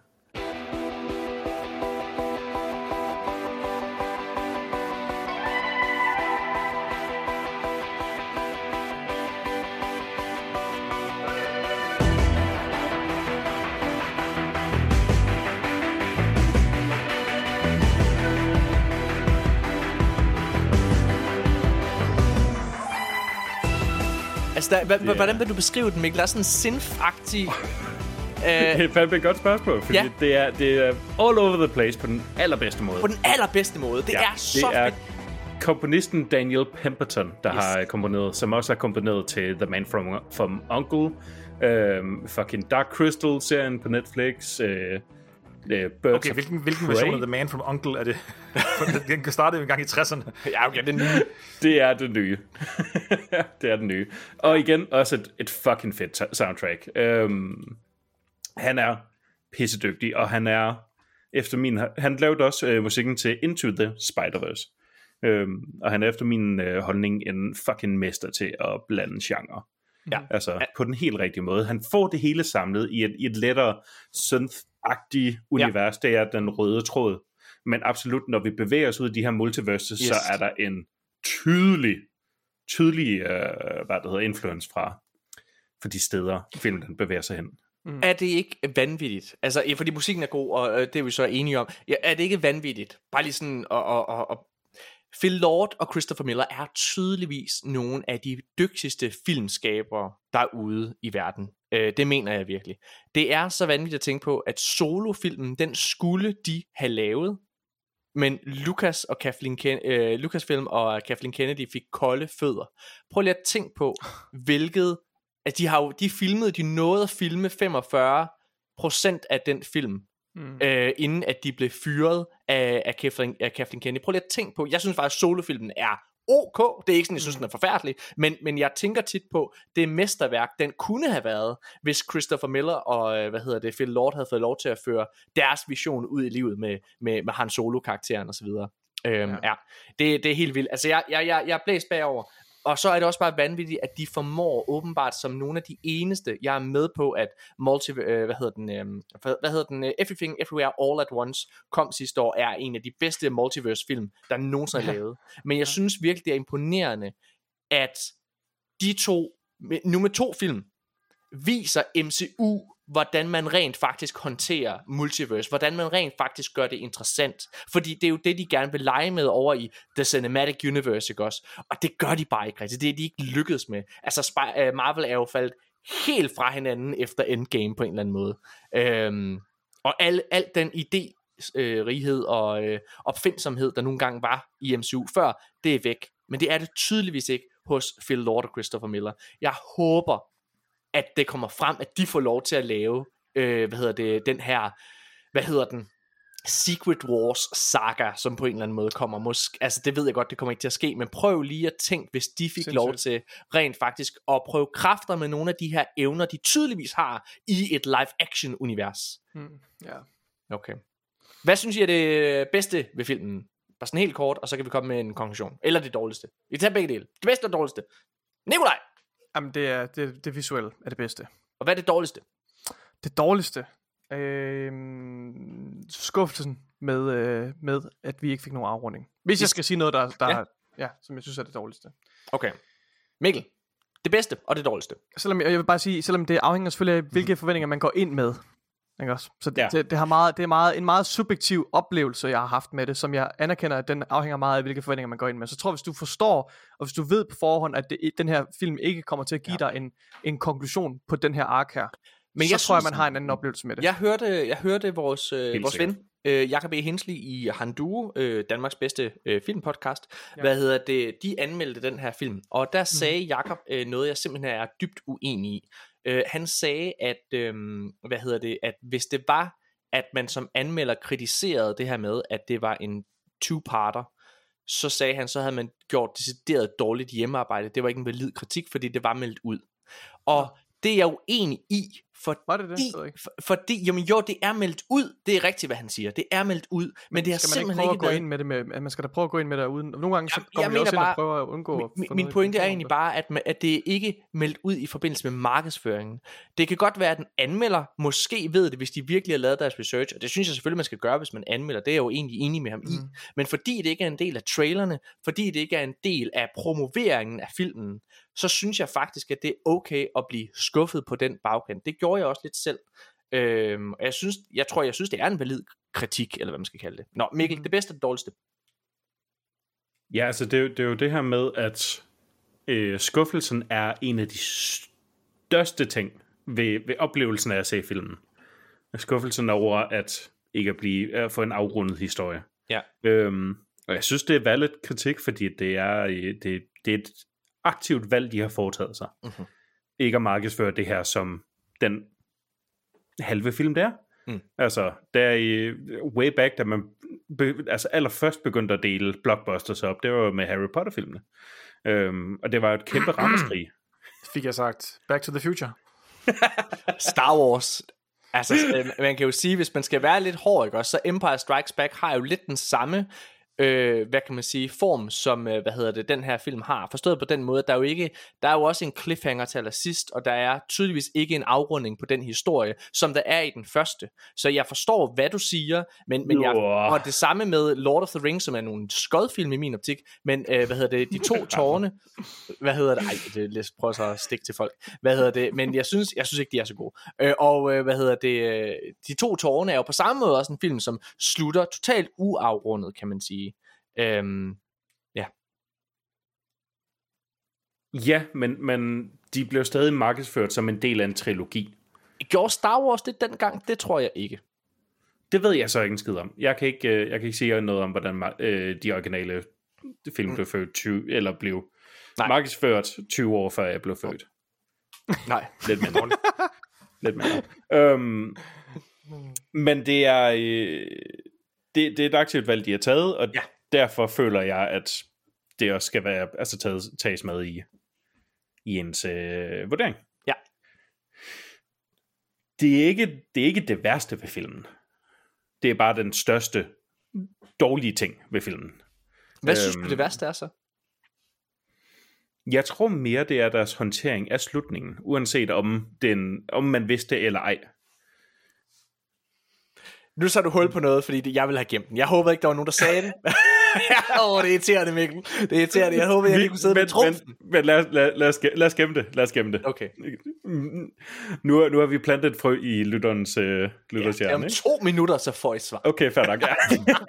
Der, h- yeah. Hvordan vil du beskrive den, Mikkel? Der er sådan en synth-agtig... det er fandme et godt spørgsmål, fordi ja. det, er, det er all over the place på den allerbedste måde. På den allerbedste måde. Det ja, er så det er fedt. Komponisten Daniel Pemberton, der yes. har komponeret, som også har komponeret til The Man From, From Uncle, øhm, fucking Dark Crystal-serien på Netflix, øh, Birds okay, hvilken, hvilken version af The Man From Uncle er det? Den startede jo en gang i tresserne. Ja, okay, den nye. Det er den nye. Det er den nye. Og igen, også et, et fucking fedt soundtrack. Um, han er pissedygtig, og han er efter min... Han lavede også øh, musikken til Into the Spider-Verse. Øhm, og han er efter min øh, holdning en fucking mester til at blande genre. Ja. Altså på den helt rigtige måde. Han får det hele samlet i et, i et lettere synth-agtigt univers. Ja. Det er den røde tråd. Men absolut, når vi bevæger os ud i de her multiverses, yes. så er der en tydelig, tydelig øh, hvad det hedder, influence fra, fra de steder, filmen den bevæger sig hen. Mm. Er det ikke vanvittigt? Altså, fordi musikken er god, og øh, det er vi så enige om. Ja, er det ikke vanvittigt? Bare lige sådan, og, og, og, og Phil Lord og Christopher Miller er tydeligvis nogle af de dygtigste filmskabere derude i verden. Øh, det mener jeg virkelig. Det er så vanvittigt at tænke på, at solofilmen, den skulle de have lavet, men Lucas og Kathleen Ken- øh, Lucasfilm og Kathleen Kennedy fik kolde fødder. Prøv lige at tænke på, hvilket... at de har jo, de filmede, de nåede at filme femogfyrre procent af den film, mm. øh, inden at de blev fyret af, af, Kathleen, af Kathleen Kennedy. Prøv lige at tænke på, jeg synes faktisk, at solofilmen er ok, det er ikke sådan, jeg synes, mm. den er forfærdelig, men, men jeg tænker tit på, det mesterværk, den kunne have været, hvis Christopher Miller og, hvad hedder det, Phil Lord havde fået lov til at føre deres vision ud i livet med, med, med Han Solo-karakteren og så videre. Øhm, ja. ja. Det, det er helt vildt. Altså, jeg, jeg, jeg, jeg er blæst bagover. Og så er det også bare vanvittigt, at de formår åbenbart som nogle af de eneste, jeg er med på, at multi, øh, hvad hedder den, øh, hvad hedder den, uh, Everything Everywhere All at Once kom sidste år, er en af de bedste multiverse film, der nogensinde er lavet. Men jeg synes virkelig, det er imponerende, at de to, nummer to film, viser M C U, hvordan man rent faktisk håndterer multiverse, hvordan man rent faktisk gør det interessant, fordi det er jo det, de gerne vil lege med over i The Cinematic Universe, ikke også? Og det gør de bare ikke rigtigt, det er de ikke lykkedes med. Altså Sp- Marvel er jo faldet helt fra hinanden efter Endgame på en eller anden måde. Øhm, og al, al den idé, øh, righed og øh, opfindsomhed, der nogle gange var i M C U før, det er væk. Men det er det tydeligvis ikke hos Phil Lord og Christopher Miller. Jeg håber, at det kommer frem, at de får lov til at lave, øh, hvad hedder det, den her, hvad hedder den, Secret Wars saga, som på en eller anden måde kommer, måske, altså det ved jeg godt, det kommer ikke til at ske, men prøv lige at tænke, hvis de fik Sindssygt. lov til rent faktisk at prøve kræfter med nogle af de her evner, de tydeligvis har i et live-action univers. Hmm, ja. Okay. Hvad synes I er det bedste ved filmen? Bare sådan helt kort, og så kan vi komme med en konklusion. Eller det dårligste. Vi tager begge dele. Det bedste og det dårligste. Nikolaj! Jamen, det er det, det visuelle er det bedste. Og hvad er det dårligste? Det dårligste? Øh, skuffelsen med, øh, med, at vi ikke fik nogen afrunding. Hvis jeg skal sige noget, der, der ja. Ja, som jeg synes er det dårligste. Okay. Mikkel, det bedste og det dårligste. Selvom jeg vil bare sige, selvom det afhænger selvfølgelig af, hvilke forventninger man går ind med. Ikke også? Så det, ja. det, det, har meget, det er meget, en meget subjektiv oplevelse, jeg har haft med det, som jeg anerkender, at den afhænger meget af, hvilke forventninger man går ind med. Så jeg tror, hvis du forstår, og hvis du ved på forhånd, at det, den her film ikke kommer til at give ja. dig en, en konklusion på den her ark her, men så jeg tror jeg, man har en anden oplevelse med det. Jeg hørte, jeg hørte vores, øh, vores ven, øh, Jacob E. Hensley i Handuo, øh, Danmarks bedste øh, filmpodcast, ja. hvad hedder det, de anmeldte den her film, og der sagde mm. Jacob øh, noget, jeg simpelthen er dybt uenig i. Uh, han sagde, at, øh, hvad hedder det, at hvis det var, at man som anmelder kritiserede det her med, at det var en two-parter, så sagde han, så havde man gjort decideret dårligt hjemmearbejde. Det var ikke en valid kritik, fordi det var meldt ud. Og ja. det er jeg jo enig i, fordi, var det det? For, fordi jamen jo, det er meldt ud. Det er rigtigt, hvad han siger. Det er meldt ud, men, men det er simpelthen ikke. Skal man ikke prøve at gå ind med det med, man skal da prøve at gå ind med det uden. Nogle gange så kommer vi også ind og prøver at undgå. Min, min pointe er egentlig bare, at, at det ikke er meldt ud i forbindelse med markedsføringen. Det kan godt være, at en anmelder måske ved det, hvis de virkelig har lavet deres research, og det synes jeg selvfølgelig, man skal gøre, hvis man anmelder. Det er jeg jo egentlig enig med ham i. Mm. Men fordi det ikke er en del af trailerne, fordi det ikke er en del af promoveringen af filmen, så synes jeg faktisk, at det er okay at blive skuffet på den bagkant. Det gjorde jeg også lidt selv. Øhm, og jeg synes, jeg tror, jeg synes, det er en valid kritik, eller hvad man skal kalde det. Nå, Mikkel, mm. det bedste og det dårligste? Ja, altså det er, jo, det er jo det her med, at øh, skuffelsen er en af de største ting ved, ved oplevelsen af at se filmen. Skuffelsen over at ikke at blive at få en afrundet historie. Ja. Øhm, og jeg synes, det er valid kritik, fordi det er, det, det er et aktivt valg, de har foretaget sig. Uh-huh. Ikke at markedsføre det her som den halve film der. Mm. Altså, der i way back, da man be, altså allerførst begyndte at dele blockbusters op, det var med Harry Potter-filmene. Øhm, og det var et kæmpe ramaskrig. Fik jeg sagt. Back to the Future. Star Wars. Altså, øh, man kan jo sige, hvis man skal være lidt hård, ikke også, så Empire Strikes Back har jo lidt den samme, øh, hvad kan man sige, form, som, øh, hvad hedder det, den her film har. Forstået på den måde, der er jo ikke, der er jo også en cliffhanger til allersidst, og der er tydeligvis ikke en afrunding på den historie, som der er i den første. Så jeg forstår, hvad du siger, men, men jeg, og det samme med Lord of the Rings, som er nogle skodfilm i min optik, men, øh, hvad hedder det, de to tårne, hvad hedder det, ej, det, lad os prøve så at stikke til folk, hvad hedder det, men jeg synes, jeg synes ikke, de er så gode. Øh, og, øh, hvad hedder det, de to tårne er jo på samme måde også en film, som slutter totalt uafrundet, kan man sige. Øhm, ja. Ja, men, men de blev stadig markedsført som en del af en trilogi. Gjorde Star Wars det dengang? Det tror jeg ikke. Det ved jeg så ikke en skid om. Jeg kan ikke, jeg kan ikke sige noget om, hvordan øh, de originale film mm. blev født tyve, eller blev Nej. markedsført tyve år før jeg blev født. Nej. Lidt mindre. Lidt mindre. Øhm, men det er øh, det, det er et aktivt valg, de har taget, og ja. derfor føler jeg, at det også skal være, altså tages, tages med i, i ens øh, vurdering. Ja. Det er, ikke, det er ikke det værste ved filmen. Det er bare den største dårlige ting ved filmen. Hvad synes øhm, du det værste er så? Jeg tror mere, det er deres håndtering af slutningen, uanset om, den, om man vidste eller ej. Nu så du hul på noget, fordi det, jeg vil have gemt den. Jeg håber ikke, der var nogen, der sagde det. Åh, oh, det er irriterende, Mikkel. Det er irriterende. Jeg håber, jeg lige kunne sidde med trumfen. Men lad, lad, lad, os, lad os gemme det. Lad os gemme det. Okay. Nu, nu har vi plantet et frø i lytterens, øh, lytters ja, hjerne. Om to minutter, så får I svar. Okay, fair nok. Ja.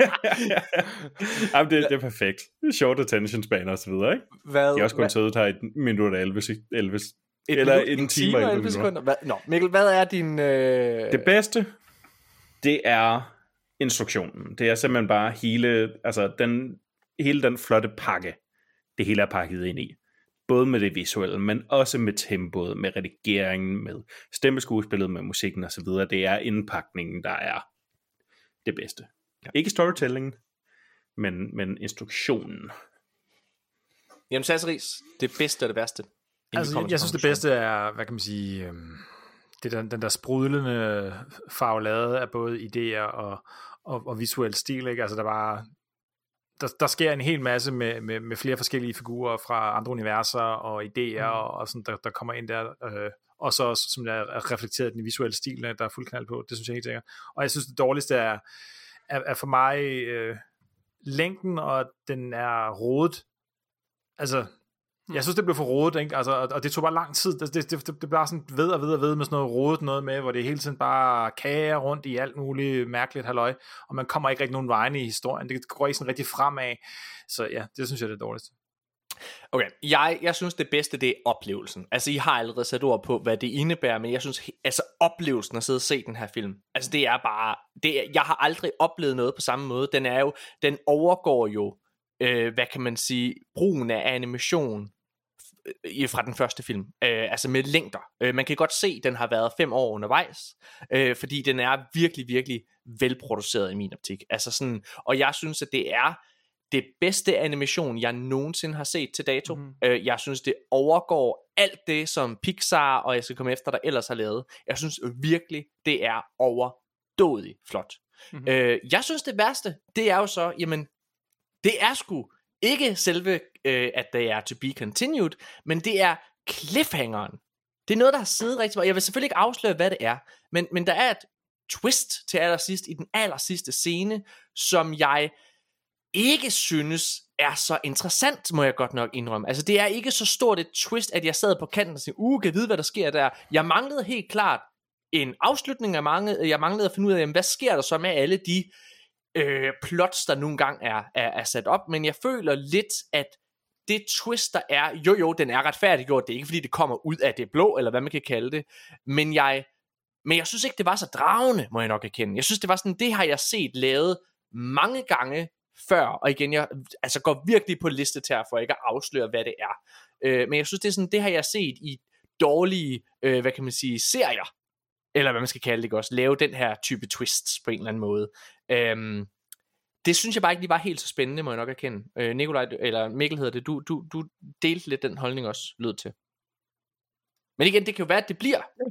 Jamen, det, det er perfekt. Short attention span og så videre, ikke? Hvad, jeg har også kun siddet her i et minut og elleve, elleve et eller minut, en, en time og elleve sekunder. Hvad, nå, Mikkel, hvad er din... Øh... Det bedste, det er instruktionen. Det er simpelthen bare hele, altså den, hele den flotte pakke, det hele er pakket ind i. Både med det visuelle, men også med tempoet, med redigeringen, med stemmeskuespillet, med musikken osv. Det er indpakningen, der er det bedste. Ja. Ikke storytelling, men, men instruktionen. Jamen, Sasse Riis, det bedste og det værste. Altså, jeg, jeg synes, det bedste er, hvad kan man sige, øhm, det er den, den der sprudlende farvelade af både idéer og, og, og visuel stil, ikke? Altså, der bare... Der, der sker en hel masse med, med, med flere forskellige figurer fra andre universer og idéer, mm. og, og sådan, der, der kommer ind der, øh, og så også, som der er reflekteret i den visuelle stil, der er fuld knald på, det synes jeg helt sikkert. Og jeg synes, det dårligste er, er, er for mig øh, længden, og den er rodet. Altså, jeg synes, det blev for rodet, ikke? Altså, og, og det tog bare lang tid. Det, det, det, det blev sådan ved og ved og ved med sådan noget rodet noget med, hvor det hele tiden bare kager rundt i alt muligt mærkeligt halløj, og man kommer ikke rigtig nogen vegne i historien. Det går ikke sådan rigtig fremad. Så ja, det synes jeg er det dårligste. Okay, jeg, jeg synes det bedste, det er oplevelsen. Altså, I har allerede sat ord på, hvad det indebærer, men jeg synes, altså oplevelsen at sidde og se den her film, altså det er bare, det er, jeg har aldrig oplevet noget på samme måde. Den er jo, den overgår jo, øh, hvad kan man sige, brugen af animation fra den første film, øh, altså med længder. Øh, man kan godt se, at den har været fem år undervejs, øh, fordi den er virkelig, virkelig velproduceret i min optik. Altså sådan, og jeg synes, at det er det bedste animation, jeg nogensinde har set til dato. Mm. Øh, jeg synes, det overgår alt det, som Pixar, og jeg skal komme efter, der ellers har lavet. Jeg synes virkelig, det er overdådigt flot. Mm. Øh, jeg synes, det værste, det er jo så, jamen, det er sgu ikke selve, øh, at det er to be continued, men det er cliffhangeren. Det er noget, der har siddet rigtig meget. Jeg vil selvfølgelig ikke afsløre, hvad det er, men, men der er et twist til allersidst, i den allersidste scene, som jeg ikke synes er så interessant, må jeg godt nok indrømme. Altså, det er ikke så stort et twist, at jeg sad på kanten og sagde, uh, kan jeg vide, hvad der sker der? Jeg manglede helt klart en afslutning, jeg manglede, jeg manglede at finde ud af, jamen, hvad sker der så med alle de øh, plots, der nogle gange er, er, er sat op, men jeg føler lidt, at det twist, der er, jo jo, den er retfærdiggjort, det er ikke fordi, det kommer ud af det blå, eller hvad man kan kalde det, men jeg, men jeg synes ikke, det var så dragende, må jeg nok erkende. Jeg synes, det var sådan, det har jeg set lavet mange gange før, og igen, jeg altså går virkelig på liste til for ikke at afsløre, hvad det er. Øh, men jeg synes, det er sådan, det har jeg set i dårlige, øh, hvad kan man sige, serier, eller hvad man skal kalde det også, lave den her type twists på en eller anden måde. Øh, det synes jeg bare ikke lige var helt så spændende, må jeg nok erkende. Øh, Nikolaj, eller Mikkel hedder det, du, du, du delte lidt den holdning også, lød til. Men igen, det kan jo være, at det bliver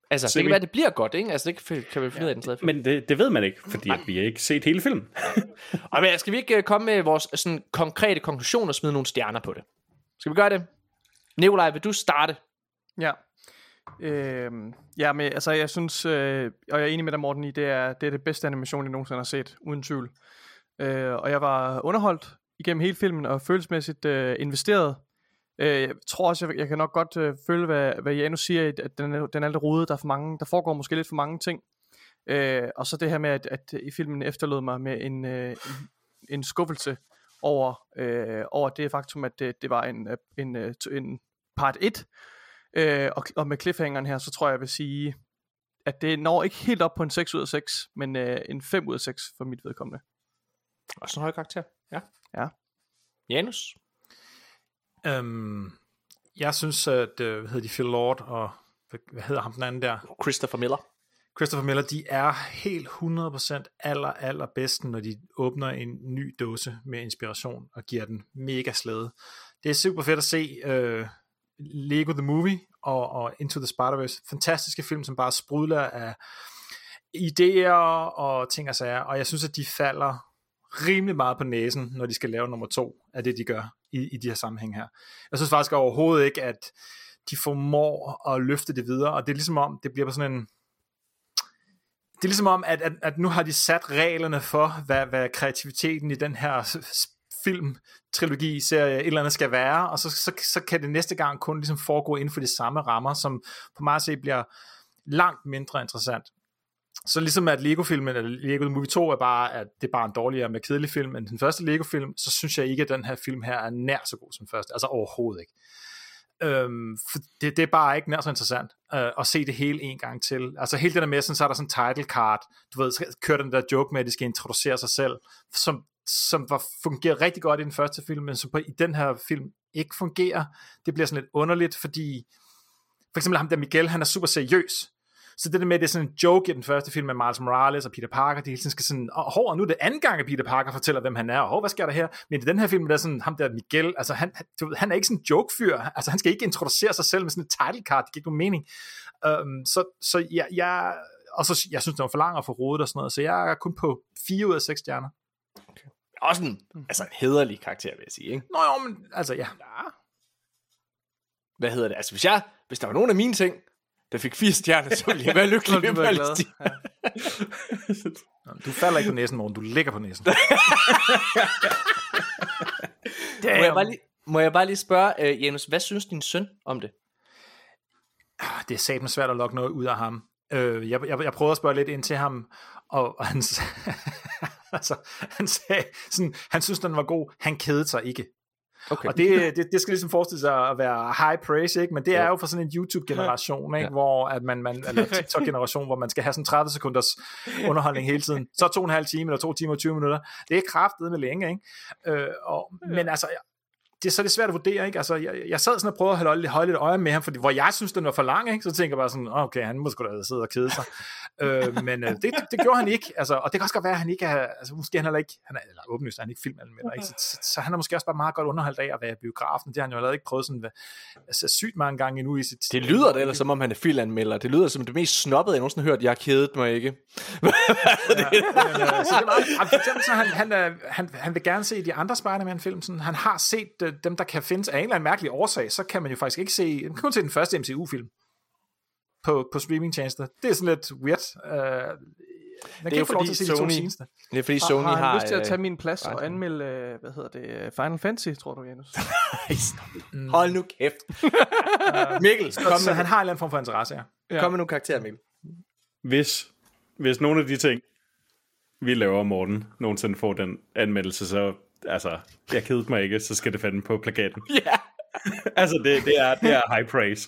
Altså, det kan være, det bliver godt, ikke? Altså, det kan, kan vi finde ud af den tredje film. Men det, det ved man ikke, fordi vi har ikke set hele filmen. Og men skal vi ikke komme med vores sådan, konkrete konklusion og smide nogle stjerner på det? Skal vi gøre det? Nikolaj, vil du starte? Ja. Øhm, ja, men altså, jeg synes, øh, og jeg er enig med dig, Morten, i, det er, det er det bedste animation, jeg nogensinde har set, uden tvivl. Øh, og jeg var underholdt igennem hele filmen, og følelsesmæssigt øh, investeret. Øh, jeg tror også, jeg, jeg kan nok godt øh, føle, hvad, hvad Janus siger, at den er, den er lidt rodet, der er for mange, der foregår måske lidt for mange ting. Øh, og så det her med, at, at i filmen efterlod mig med en, øh, en, en skuffelse over, øh, over det faktum, at det, det var en, en, en, en part et. Øh, og, og med cliffhangeren her, så tror jeg, jeg vil sige, at det når ikke helt op på en seks ud af seks, men øh, en fem ud af seks for mit vedkommende. Også en høj karakter. Ja. Ja. Janus? Øhm, jeg synes, at øh, hvad hedder de, Phil Lord og hvad, hvad hedder ham den anden der? Christopher Miller. Christopher Miller, de er helt hundrede procent aller, aller bedste, når de åbner en ny dåse med inspiration og giver den mega slæde. Det er super fedt at se øh, Lego The Movie og, og Into the Spider-Verse. Fantastiske film, som bare sprudler af idéer og ting og sager, og jeg synes, at de falder rimelig meget på næsen, når de skal lave nummer to af det, de gør i, i de her sammenhæng her. Jeg synes faktisk overhovedet ikke, at de formår at løfte det videre, og det er ligesom om, det bliver på sådan en det er ligesom om, at, at, at nu har de sat reglerne for, hvad, hvad kreativiteten i den her film, trilogi, serie, et eller andet skal være, og så, så, så kan det næste gang kun ligesom foregå inden for de samme rammer, som på mig at se bliver langt mindre interessant. Så ligesom at Lego-filmen, eller Lego The Movie to, er bare, at det er bare en dårligere med kedelig film end den første Lego-film, så synes jeg ikke, at den her film her er nær så god som første. Altså overhovedet ikke. Øhm, for det, det er bare ikke nær så interessant øh, at se det hele en gang til. Altså hele det der med, sådan, så er der sådan en title card, du ved, kører den der joke med, at de skal introducere sig selv, som, som var, fungerer rigtig godt i den første film, men som på, i den her film ikke fungerer. Det bliver sådan lidt underligt, fordi for eksempel ham der Miguel, han er super seriøs. Så det der med, det er sådan en joke i den første film med Miles Morales og Peter Parker, det hele tiden skal sådan, åh, oh, nu er det anden gang, at Peter Parker fortæller, hvem han er, og oh, hvad sker der her? Men i den her film, der er sådan, ham der Miguel, altså han, han, han er ikke sådan en joke-fyr, altså han skal ikke introducere sig selv med sådan en title card, det giver ikke nogen mening. Um, så så jeg, jeg, og så, jeg synes, det var for lang og for rodet og sådan noget, så jeg er kun på fire ud af seks stjerner. Okay. Også en, altså en hæderlig karakter, vil jeg sige, ikke? Nå jo, men altså ja. Hvad hedder det? Altså hvis jeg, hvis der var nogen af mine ting, der fik fire stjerner, så ville jeg være lykkelig med Palæstina. Ja. Du falder ikke på næsen, Morten. Du ligger på næsen. må, jeg bare lige, må jeg bare lige spørge, uh, Janus, hvad synes din søn om det? Det er satme svært at lokke noget ud af ham. Uh, jeg, jeg, jeg prøvede at spørge lidt ind til ham, og, og han, altså, han sagde, sådan, han synes, den var god. Han kedede sig ikke. Okay. Og det, det, det skal ligesom forestille sig at være high praise, ikke? Men det er jo for sådan en YouTube-generation, ikke? Ja. Hvor at man, man eller TikTok-generation, hvor man skal have sådan tredive sekunders underholdning hele tiden. Så to og en halv time eller to timer og tyve minutter. Det er kraftedeme længe, ikke? Øh, og, men altså, det er så det svært at vurdere, ikke? Altså, jeg, jeg sad sådan og prøvede at holde, holde lidt øje med ham, fordi, hvor jeg synes, den var for lang, ikke? Så tænker jeg bare sådan, okay, han må sgu da sidde og kede sig. øh, men øh, det, det, det gjorde han ikke, altså, og det kan også godt være, at han ikke er, altså måske han heller ikke, han er, eller åbenlyst, han er ikke filmanmelder, ikke? Så, så, så, han er måske også bare meget godt underholdt af at være i biografen. Det har han jo allerede ikke prøvet sådan, altså, sygt mange gange endnu i sit... Det lyder det ellers, som om han er filmanmelder. Det lyder som det mest snobbede, jeg nogensinde har hørt. Jeg har kedet mig ikke. ja, men, så det var, for eksempel, så han, han, han, han vil gerne se de andre Spider-Man-film, sådan, han har set uh, dem, der kan findes af en eller anden mærkelig årsag, så kan man jo faktisk ikke se, man kan kun se den første M C U-film på, på streamingtjenester. Det er sådan lidt weird. Uh, man det er jo fordi Sony, det er fordi Sony har... Har han lyst til at tage min plads og anmelde, uh, hvad hedder det, Final Fantasy, tror du, Janus? mm. Hold nu kæft. uh, Mikkel, så, kom så med, han har en eller anden form for interesse, ja. ja. Kom med nogle karakterer, Mikkel. Hvis, hvis nogle af de ting, vi laver om morgenen, nogensinde får den anmeldelse, så altså, jeg kedede mig ikke, så skal det fandme på plakaten. Ja. Yeah. altså, det, det, er, det er high praise.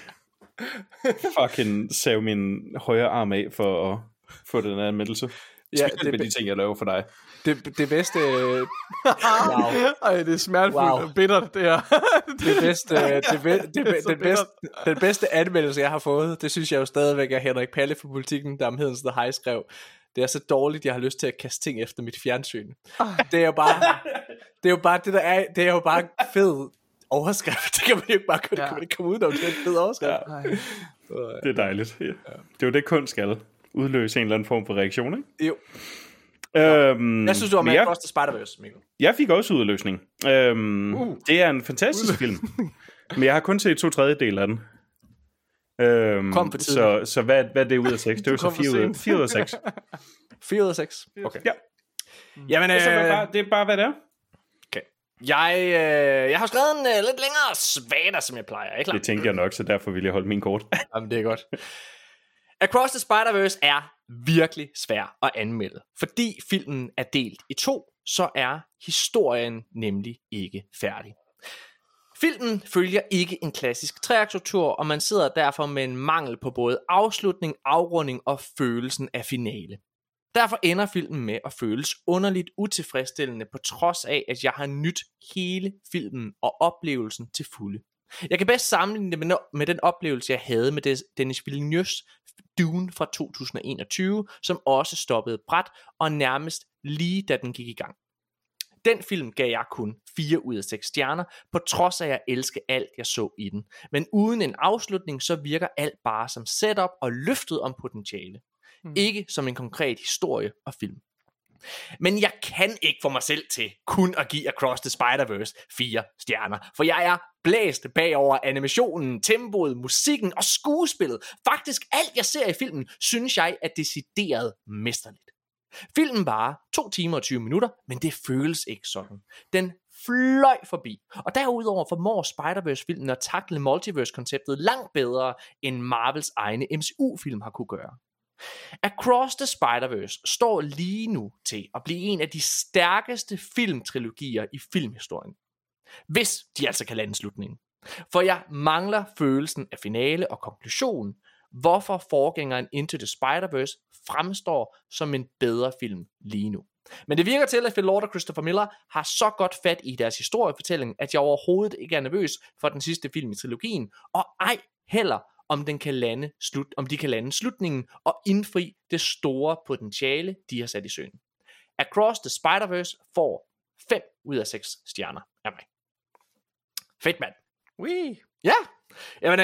Fucking save min højre arm af for at få den anmeldelse. Ja, det med de ting, jeg laver for dig. Det, det bedste... wow. Ej, det er smertefuldt wow. og bittert, det her. det bedste, det, be, det, be, det bedste, den bedste anmeldelse, jeg har fået, det synes jeg jo stadigvæk er Henrik Palle fra Politikken, der om Hedens The High skrev. Det er så dårligt, jeg har lyst til at kaste ting efter mit fjernsyn. Det er jo bare... det er jo bare det, der er... Det er jo bare fed overskrift. Det kan man jo ikke bare kunne, ja. komme ud af. Det er en fed overskrift. Ja. Det er dejligt. Ja. Det er jo det, kunst skal. Udløse en eller anden form for reaktion, ikke? Jo. Øhm, Jeg synes, du var med jeg, Across the Spider-Verse, Mikkel. Jeg fik også udløsning. Øhm, uh. Det er en fantastisk film. Men jeg har kun set to tredjedel af den. Øhm, Kom for så, så hvad, hvad er det ud af seks? Det er jo så fire ud af seks. fire ud af seks? Okay. Ja. Jamen, øh, det, er bare, det er bare, hvad det er. Okay. Jeg, øh, jeg har skrevet en øh, lidt længere svater, som jeg plejer. Ikke? Det tænker jeg nok, så derfor vil jeg holde min kort. Jamen, det er godt. Across the Spider-Verse er virkelig svær at anmelde. Fordi filmen er delt i to, så er historien nemlig ikke færdig. Filmen følger ikke en klassisk treaktstruktur, og man sidder derfor med en mangel på både afslutning, afrunding og følelsen af finale. Derfor ender filmen med at føles underligt utilfredsstillende, på trods af, at jeg har nydt hele filmen og oplevelsen til fulde. Jeg kan bedst sammenligne det med, med den oplevelse, jeg havde med Denis Villeneuve's Dune fra to tusind og enogtyve, som også stoppede brat og nærmest lige da den gik i gang. Den film gav jeg kun fire ud af seks stjerner, på trods af at jeg elsker alt, jeg så i den. Men uden en afslutning, så virker alt bare som setup og løftet om potentiale. Mm. Ikke som en konkret historie og film. Men jeg kan ikke få mig selv til kun at give Across the Spider-Verse fire stjerner, for jeg er blæst bagover animationen, tempoet, musikken og skuespillet. Faktisk alt jeg ser i filmen, synes jeg er decideret mesterligt. Filmen varer to timer og tyve minutter, men det føles ikke sådan. Den fløj forbi, og derudover formår Spider-Verse-filmen at takle multiverse-konceptet langt bedre, end Marvels egne M C U-film har kunne gøre. Across the Spider-Verse står lige nu til at blive en af de stærkeste filmtrilogier i filmhistorien. Hvis de altså kan lande slutningen. For jeg mangler følelsen af finale og konklusion, hvorfor forgængeren Into the Spider-Verse fremstår som en bedre film lige nu. Men det virker til, at Phil Lord og Christopher Miller har så godt fat i deres historiefortælling, at jeg overhovedet ikke er nervøs for den sidste film i trilogien, og ej heller om den kan lande slut, om de kan lande slutningen og indfri det store potentiale, de har sat i søen. Across the Spider-Verse får fem ud af seks stjerner af mig. Fedt, mand. Wee. Ja. Jamen,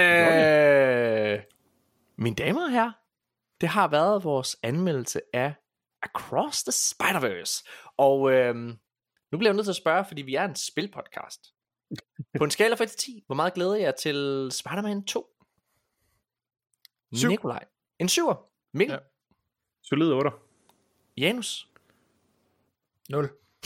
øh, mine damer og herrer, det har været vores anmeldelse af Across the Spider-Verse. Og øh, nu bliver jeg nødt til at spørge, fordi vi er en spilpodcast. På en skala fra et til ti, hvor meget glæder jeg til Spider-Man to? Syv. Nikolaj. En syver. Mikkel. Ja. Solid otter. Janus. nul.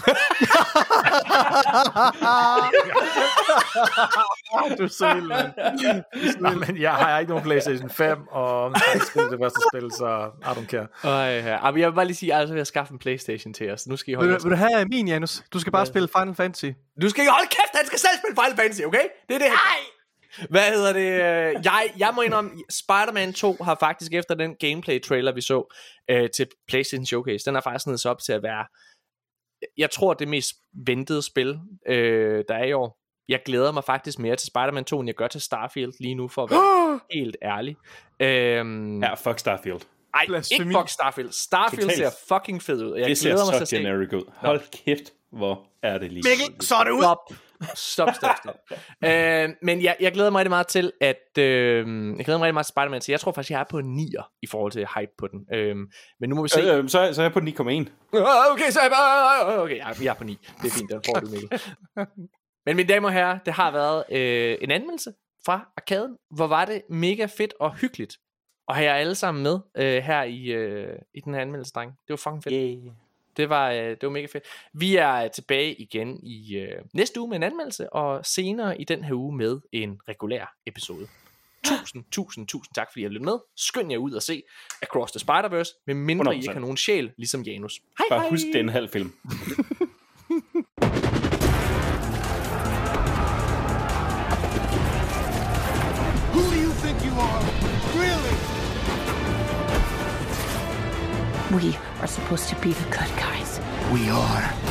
Du er så vild, mand. Ja, men jeg har ikke nogen PlayStation fem, og jeg har ikke spillet det første spil, så I don't care. Øj, ja. Jeg vil bare lige sige, at jeg vil skaffe en PlayStation til os. Nu skal I holde vil, vil du have min, Janus? Du skal bare ja. spille Final Fantasy. Du skal ikke holde kæft, han skal selv spille Final Fantasy, okay? Det er det. Nej! Hvad hedder det? Jeg, jeg må indrømme, Spider-Man to har faktisk efter den gameplay-trailer, vi så øh, til PlayStation Showcase, den har faktisk nede sig op til at være, jeg tror, det mest ventede spil, øh, der er i år. Jeg glæder mig faktisk mere til Spider-Man to, end jeg gør til Starfield lige nu, for at være helt ærlig. Øhm, ja, fuck Starfield. Ej, ikke fuck Starfield. Starfield Totalt. ser fucking fed ud. Jeg det glæder ser mig så til generic ud. Hold kæft, hvor er det lige. Mikkel, så er det ud. Stop, stop, stop. stop. øh, men jeg, jeg glæder mig rigtig meget til, at øh, jeg glæder mig rigtig meget til Spider-Man, så jeg tror faktisk, jeg er på en nier i forhold til hype på den. Øh, men nu må vi se. Øh, øh, så, så er jeg på ni komma en. Okay, så er jeg bare, okay, jeg, jeg er på ni. Det er fint, den får du, Mikkel. Men mine damer og herrer, det har været øh, en anmeldelse fra Arkaden. Hvor var det mega fedt og hyggeligt at have jer alle sammen med øh, her i, øh, i den her anmeldelse, dreng. Det var fucking fedt. Yeah. Det var, øh, det var mega fedt. Vi er tilbage igen i øh, næste uge med en anmeldelse, og senere i den her uge med en regulær episode. Tusind, tusind, tusind tak, fordi I har lyttet med. Skynd jer ud og se Across the Spider-Verse, med mindre I ikke har nogen sjæl, ligesom Janus. Hej, Bare hej. husk, det er en halv film. Who do you think you are? Really? We are supposed to be the good guys. We are.